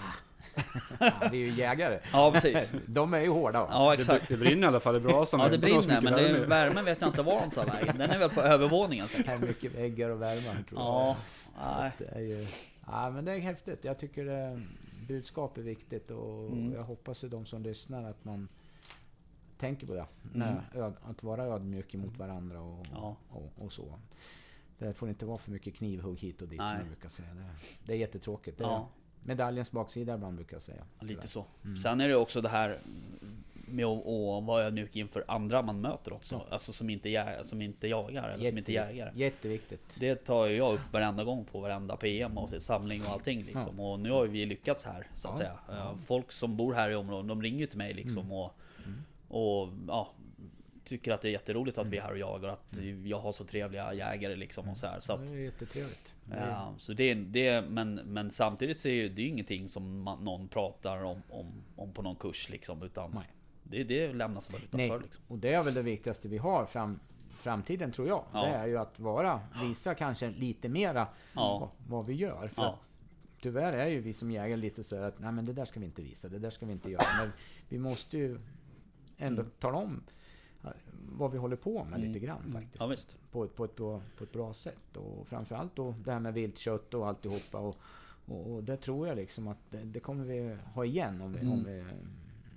Ja, det är ju jägare. Ja, precis. De är ju hårda. Ja, exakt. Det brinner i alla fall i brasan. Ja, det brinner, men värmen vet jag inte var de tar vägen. Den är väl på övervåningen säkert. Det är mycket väggar och värme, tror jag. Nej. Det är ju... Ja, men det är häftigt. Jag tycker budskap är viktigt och jag hoppas att de som lyssnar att man tänker på det. Att vara ödmjuk mot varandra och så. Det får inte vara för mycket knivhugg hit och dit som jag brukar säga. Det är jättetråkigt. Det är medaljens baksida ibland brukar jag säga. Lite så. Sen är det också det här med att vara ödmjuk inför andra man möter också. Alltså som inte jagar eller som inte jägare. Jätteviktigt. Det tar ju jag upp varenda gång på varenda PM och samling och allting liksom. Och nu har vi lyckats här så att säga. Folk som bor här i området, de ringer ju till mig liksom och tycker att det är jätteroligt att vi är här och jagar, att jag har så trevliga jägare liksom och så här. Så att, det är jättetrevligt. Så men samtidigt så är det ju ingenting som någon pratar om på någon kurs liksom, utan det lämnas bara utanför liksom. Och det är väl det viktigaste vi har framtiden, tror jag. Det är ju att visa kanske lite mera vad vi gör. För tyvärr är ju vi som jägare lite så att nej, men det där ska vi inte visa, det där ska vi inte göra. Men vi måste ju ändå tala om vad vi håller på med lite grann faktiskt. Ja, visst. På ett bra sätt. Och framförallt då det här med viltkött och alltihopa. Och det tror jag liksom att det kommer vi ha igen om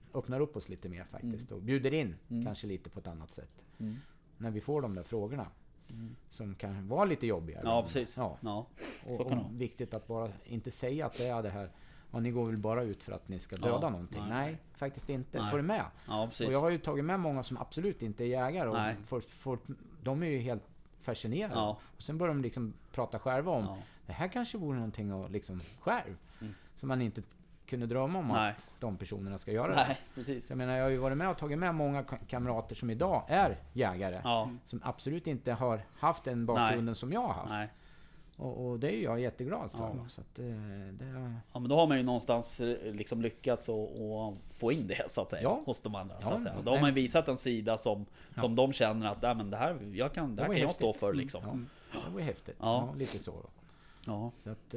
öppnar upp oss lite mer faktiskt. Och bjuder in kanske lite på ett annat sätt. När vi får de där frågorna. Som kan vara lite jobbigare. Ja, precis. Ja. Ja. Och viktigt att bara inte säga att det är det här. Ja, ni går väl bara ut för att ni ska döda någonting. Nej, faktiskt inte. Får du med? Ja, precis. Och jag har ju tagit med många som absolut inte är jägare. Och de är ju helt fascinerade. Ja. Och sen börjar de liksom prata själva om det här kanske vore någonting att liksom själv. Som man inte kunde drömma om att de personerna ska göra. Nej, precis. Så jag menar, jag har ju varit med och tagit med många kamrater som idag är jägare. Som absolut inte har haft den bakgrunden som jag har haft. Nej. Och det är jag jätteglad för. Så att, Ja, men då har man ju någonstans liksom lyckats och få in det så att säga hos de andra. Så att säga. Då har man ju visat en sida som de känner att men det här kan jag stå för liksom. Det var häftigt. Ja, lite så då. Ja. Så att,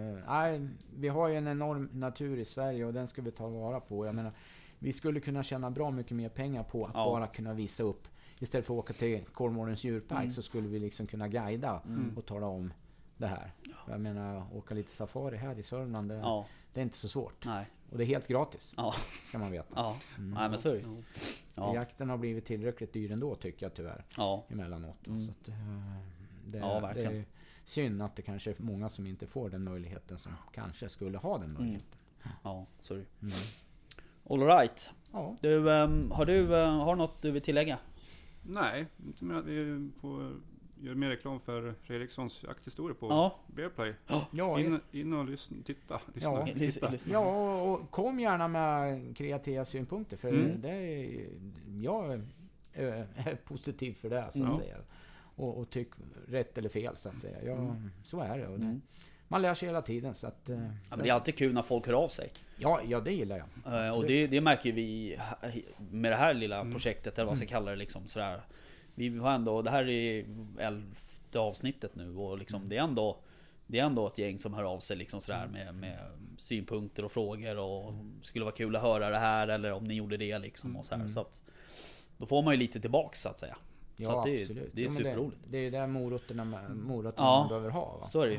vi har ju en enorm natur i Sverige och den ska vi ta vara på. Jag menar, vi skulle kunna tjäna bra mycket mer pengar på att bara kunna visa upp. Istället för att åka till Kolmårdens djurpark så skulle vi liksom kunna guida och tala om det här. Jag menar, åka lite safari här i Sörmland, det är inte så svårt. Nej. Och det är helt gratis, ska man veta. Ja, nej men så är det. Jakten har blivit tillräckligt dyr ändå, tycker jag tyvärr. Emellanåt. Så att, det är synd att det kanske är många som inte får den möjligheten som kanske skulle ha den möjligheten. Ja, så är det. All right. Ja. Du, har du något du vill tillägga? Nej, inte mer att vi får göra mer reklam för Fredrikssons jakthistoria på Bearplay. In och lyssna, titta. Ja, och kom gärna med kreativa synpunkter, för det är, jag är positiv för det, så att säga. Och tyck rätt eller fel, så att säga. Så är det. Och man lär sig hela tiden. Så att, men det är alltid kul när folk hör av sig. Ja, det gillar jag. Och det märker vi med det här lilla projektet, eller vad man ska kalla det liksom, sådär. Vi har ändå, det här är 11:e avsnittet nu, och liksom, det är ändå ett gäng som hör av sig liksom sådär med synpunkter och frågor, och skulle vara kul att höra det här, eller om ni gjorde det liksom, och så här. Så att då får man ju lite tillbaks, så att säga. Ja, så att absolut. Det är superroligt. Det är ju där morötterna man behöver ha, va? Så är det ju.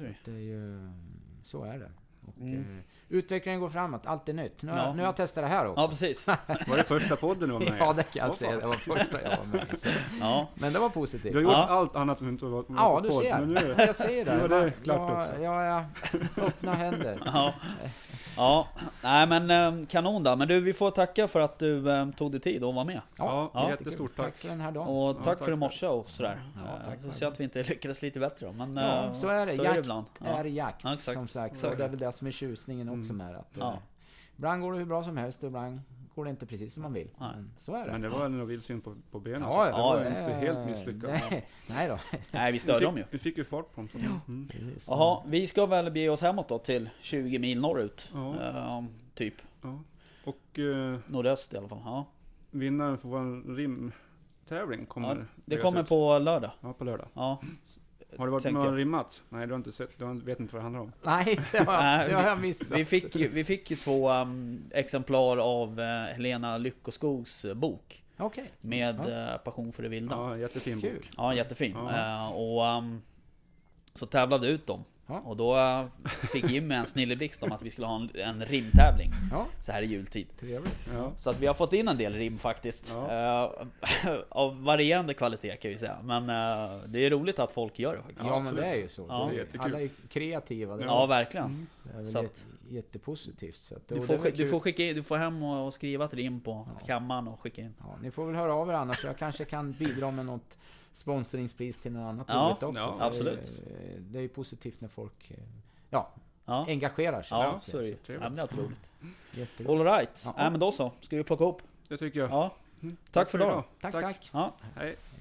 Så är det. Och, utvecklingen går framåt, allt är nytt. Nu har jag testat det här också. Ja, precis. Var det första podden du var med? Ja, det kan jag säga. Det var första jag var med i. Men det var positivt. Du har gjort allt annat än inte varit med på du podd. ser. Men nu, jag säger det. Nu är det klart också. Ja, öppna händer. Ja, nej men kanon då. Men du, vi får tacka för att du tog dig tid och var med. Ja, jättestort tack. Tack för den här dagen. Och tack för i morse och sådär. Så ser att vi inte lyckades lite bättre då. Men så är det. Så jakt ibland. är jakt, som sagt. Och det är väl det som är tjusningen också med att ibland går det hur bra som helst och ibland går det inte precis som man vill. Men så är det. Men det var en vildsyn på benen. Ja, det var inte helt misslyckat. Nej då. Nej, vi stödde dem ju. Vi fick ju fart på dem. Jaha, vi ska väl bege oss hemåt då till 20 mil norrut. Typ. Ja. Och nordöst i alla fall. Vinnaren får vara en rimtävling. Det kommer på lördag. Ja, på lördag. Ja. Har det varit någon rimmat? Nej, du har inte sett. Du vet inte vad det handlar om. Nej, det har jag missat. Vi fick ju 2 exemplar av Helena Lyckoskogs bok. Okej. Med Passion för det vilda. Ja, jättefin bok. Ja, jättefin. Och så tävlade ut dem. Och då fick Jimmy en snilleblixt om att vi skulle ha en rimtävling så här i jultid. Trevligt. Så att vi har fått in en del rim faktiskt. Av varierande kvalitet kan vi säga. Men det är roligt att folk gör det faktiskt. Ja, men det är ju så. Ja. Alla är kreativa. Ja, verkligen. Det är väl Så att, jättepositivt. Så att, du får hem och skriva ett rim på kammaren och skicka in. Ja, ni får väl höra av er annars. Jag kanske kan bidra med något sponsringspris till något annat roligt också. Ja, absolut. Det är ju positivt när folk engagerar sig. Ja, så är det. Ja, men det är alltid roligt. Jättegod. All right. Men då så. Ska vi plocka upp? Det tycker jag. Ja. Tack för idag. Tack. Ja. Hej.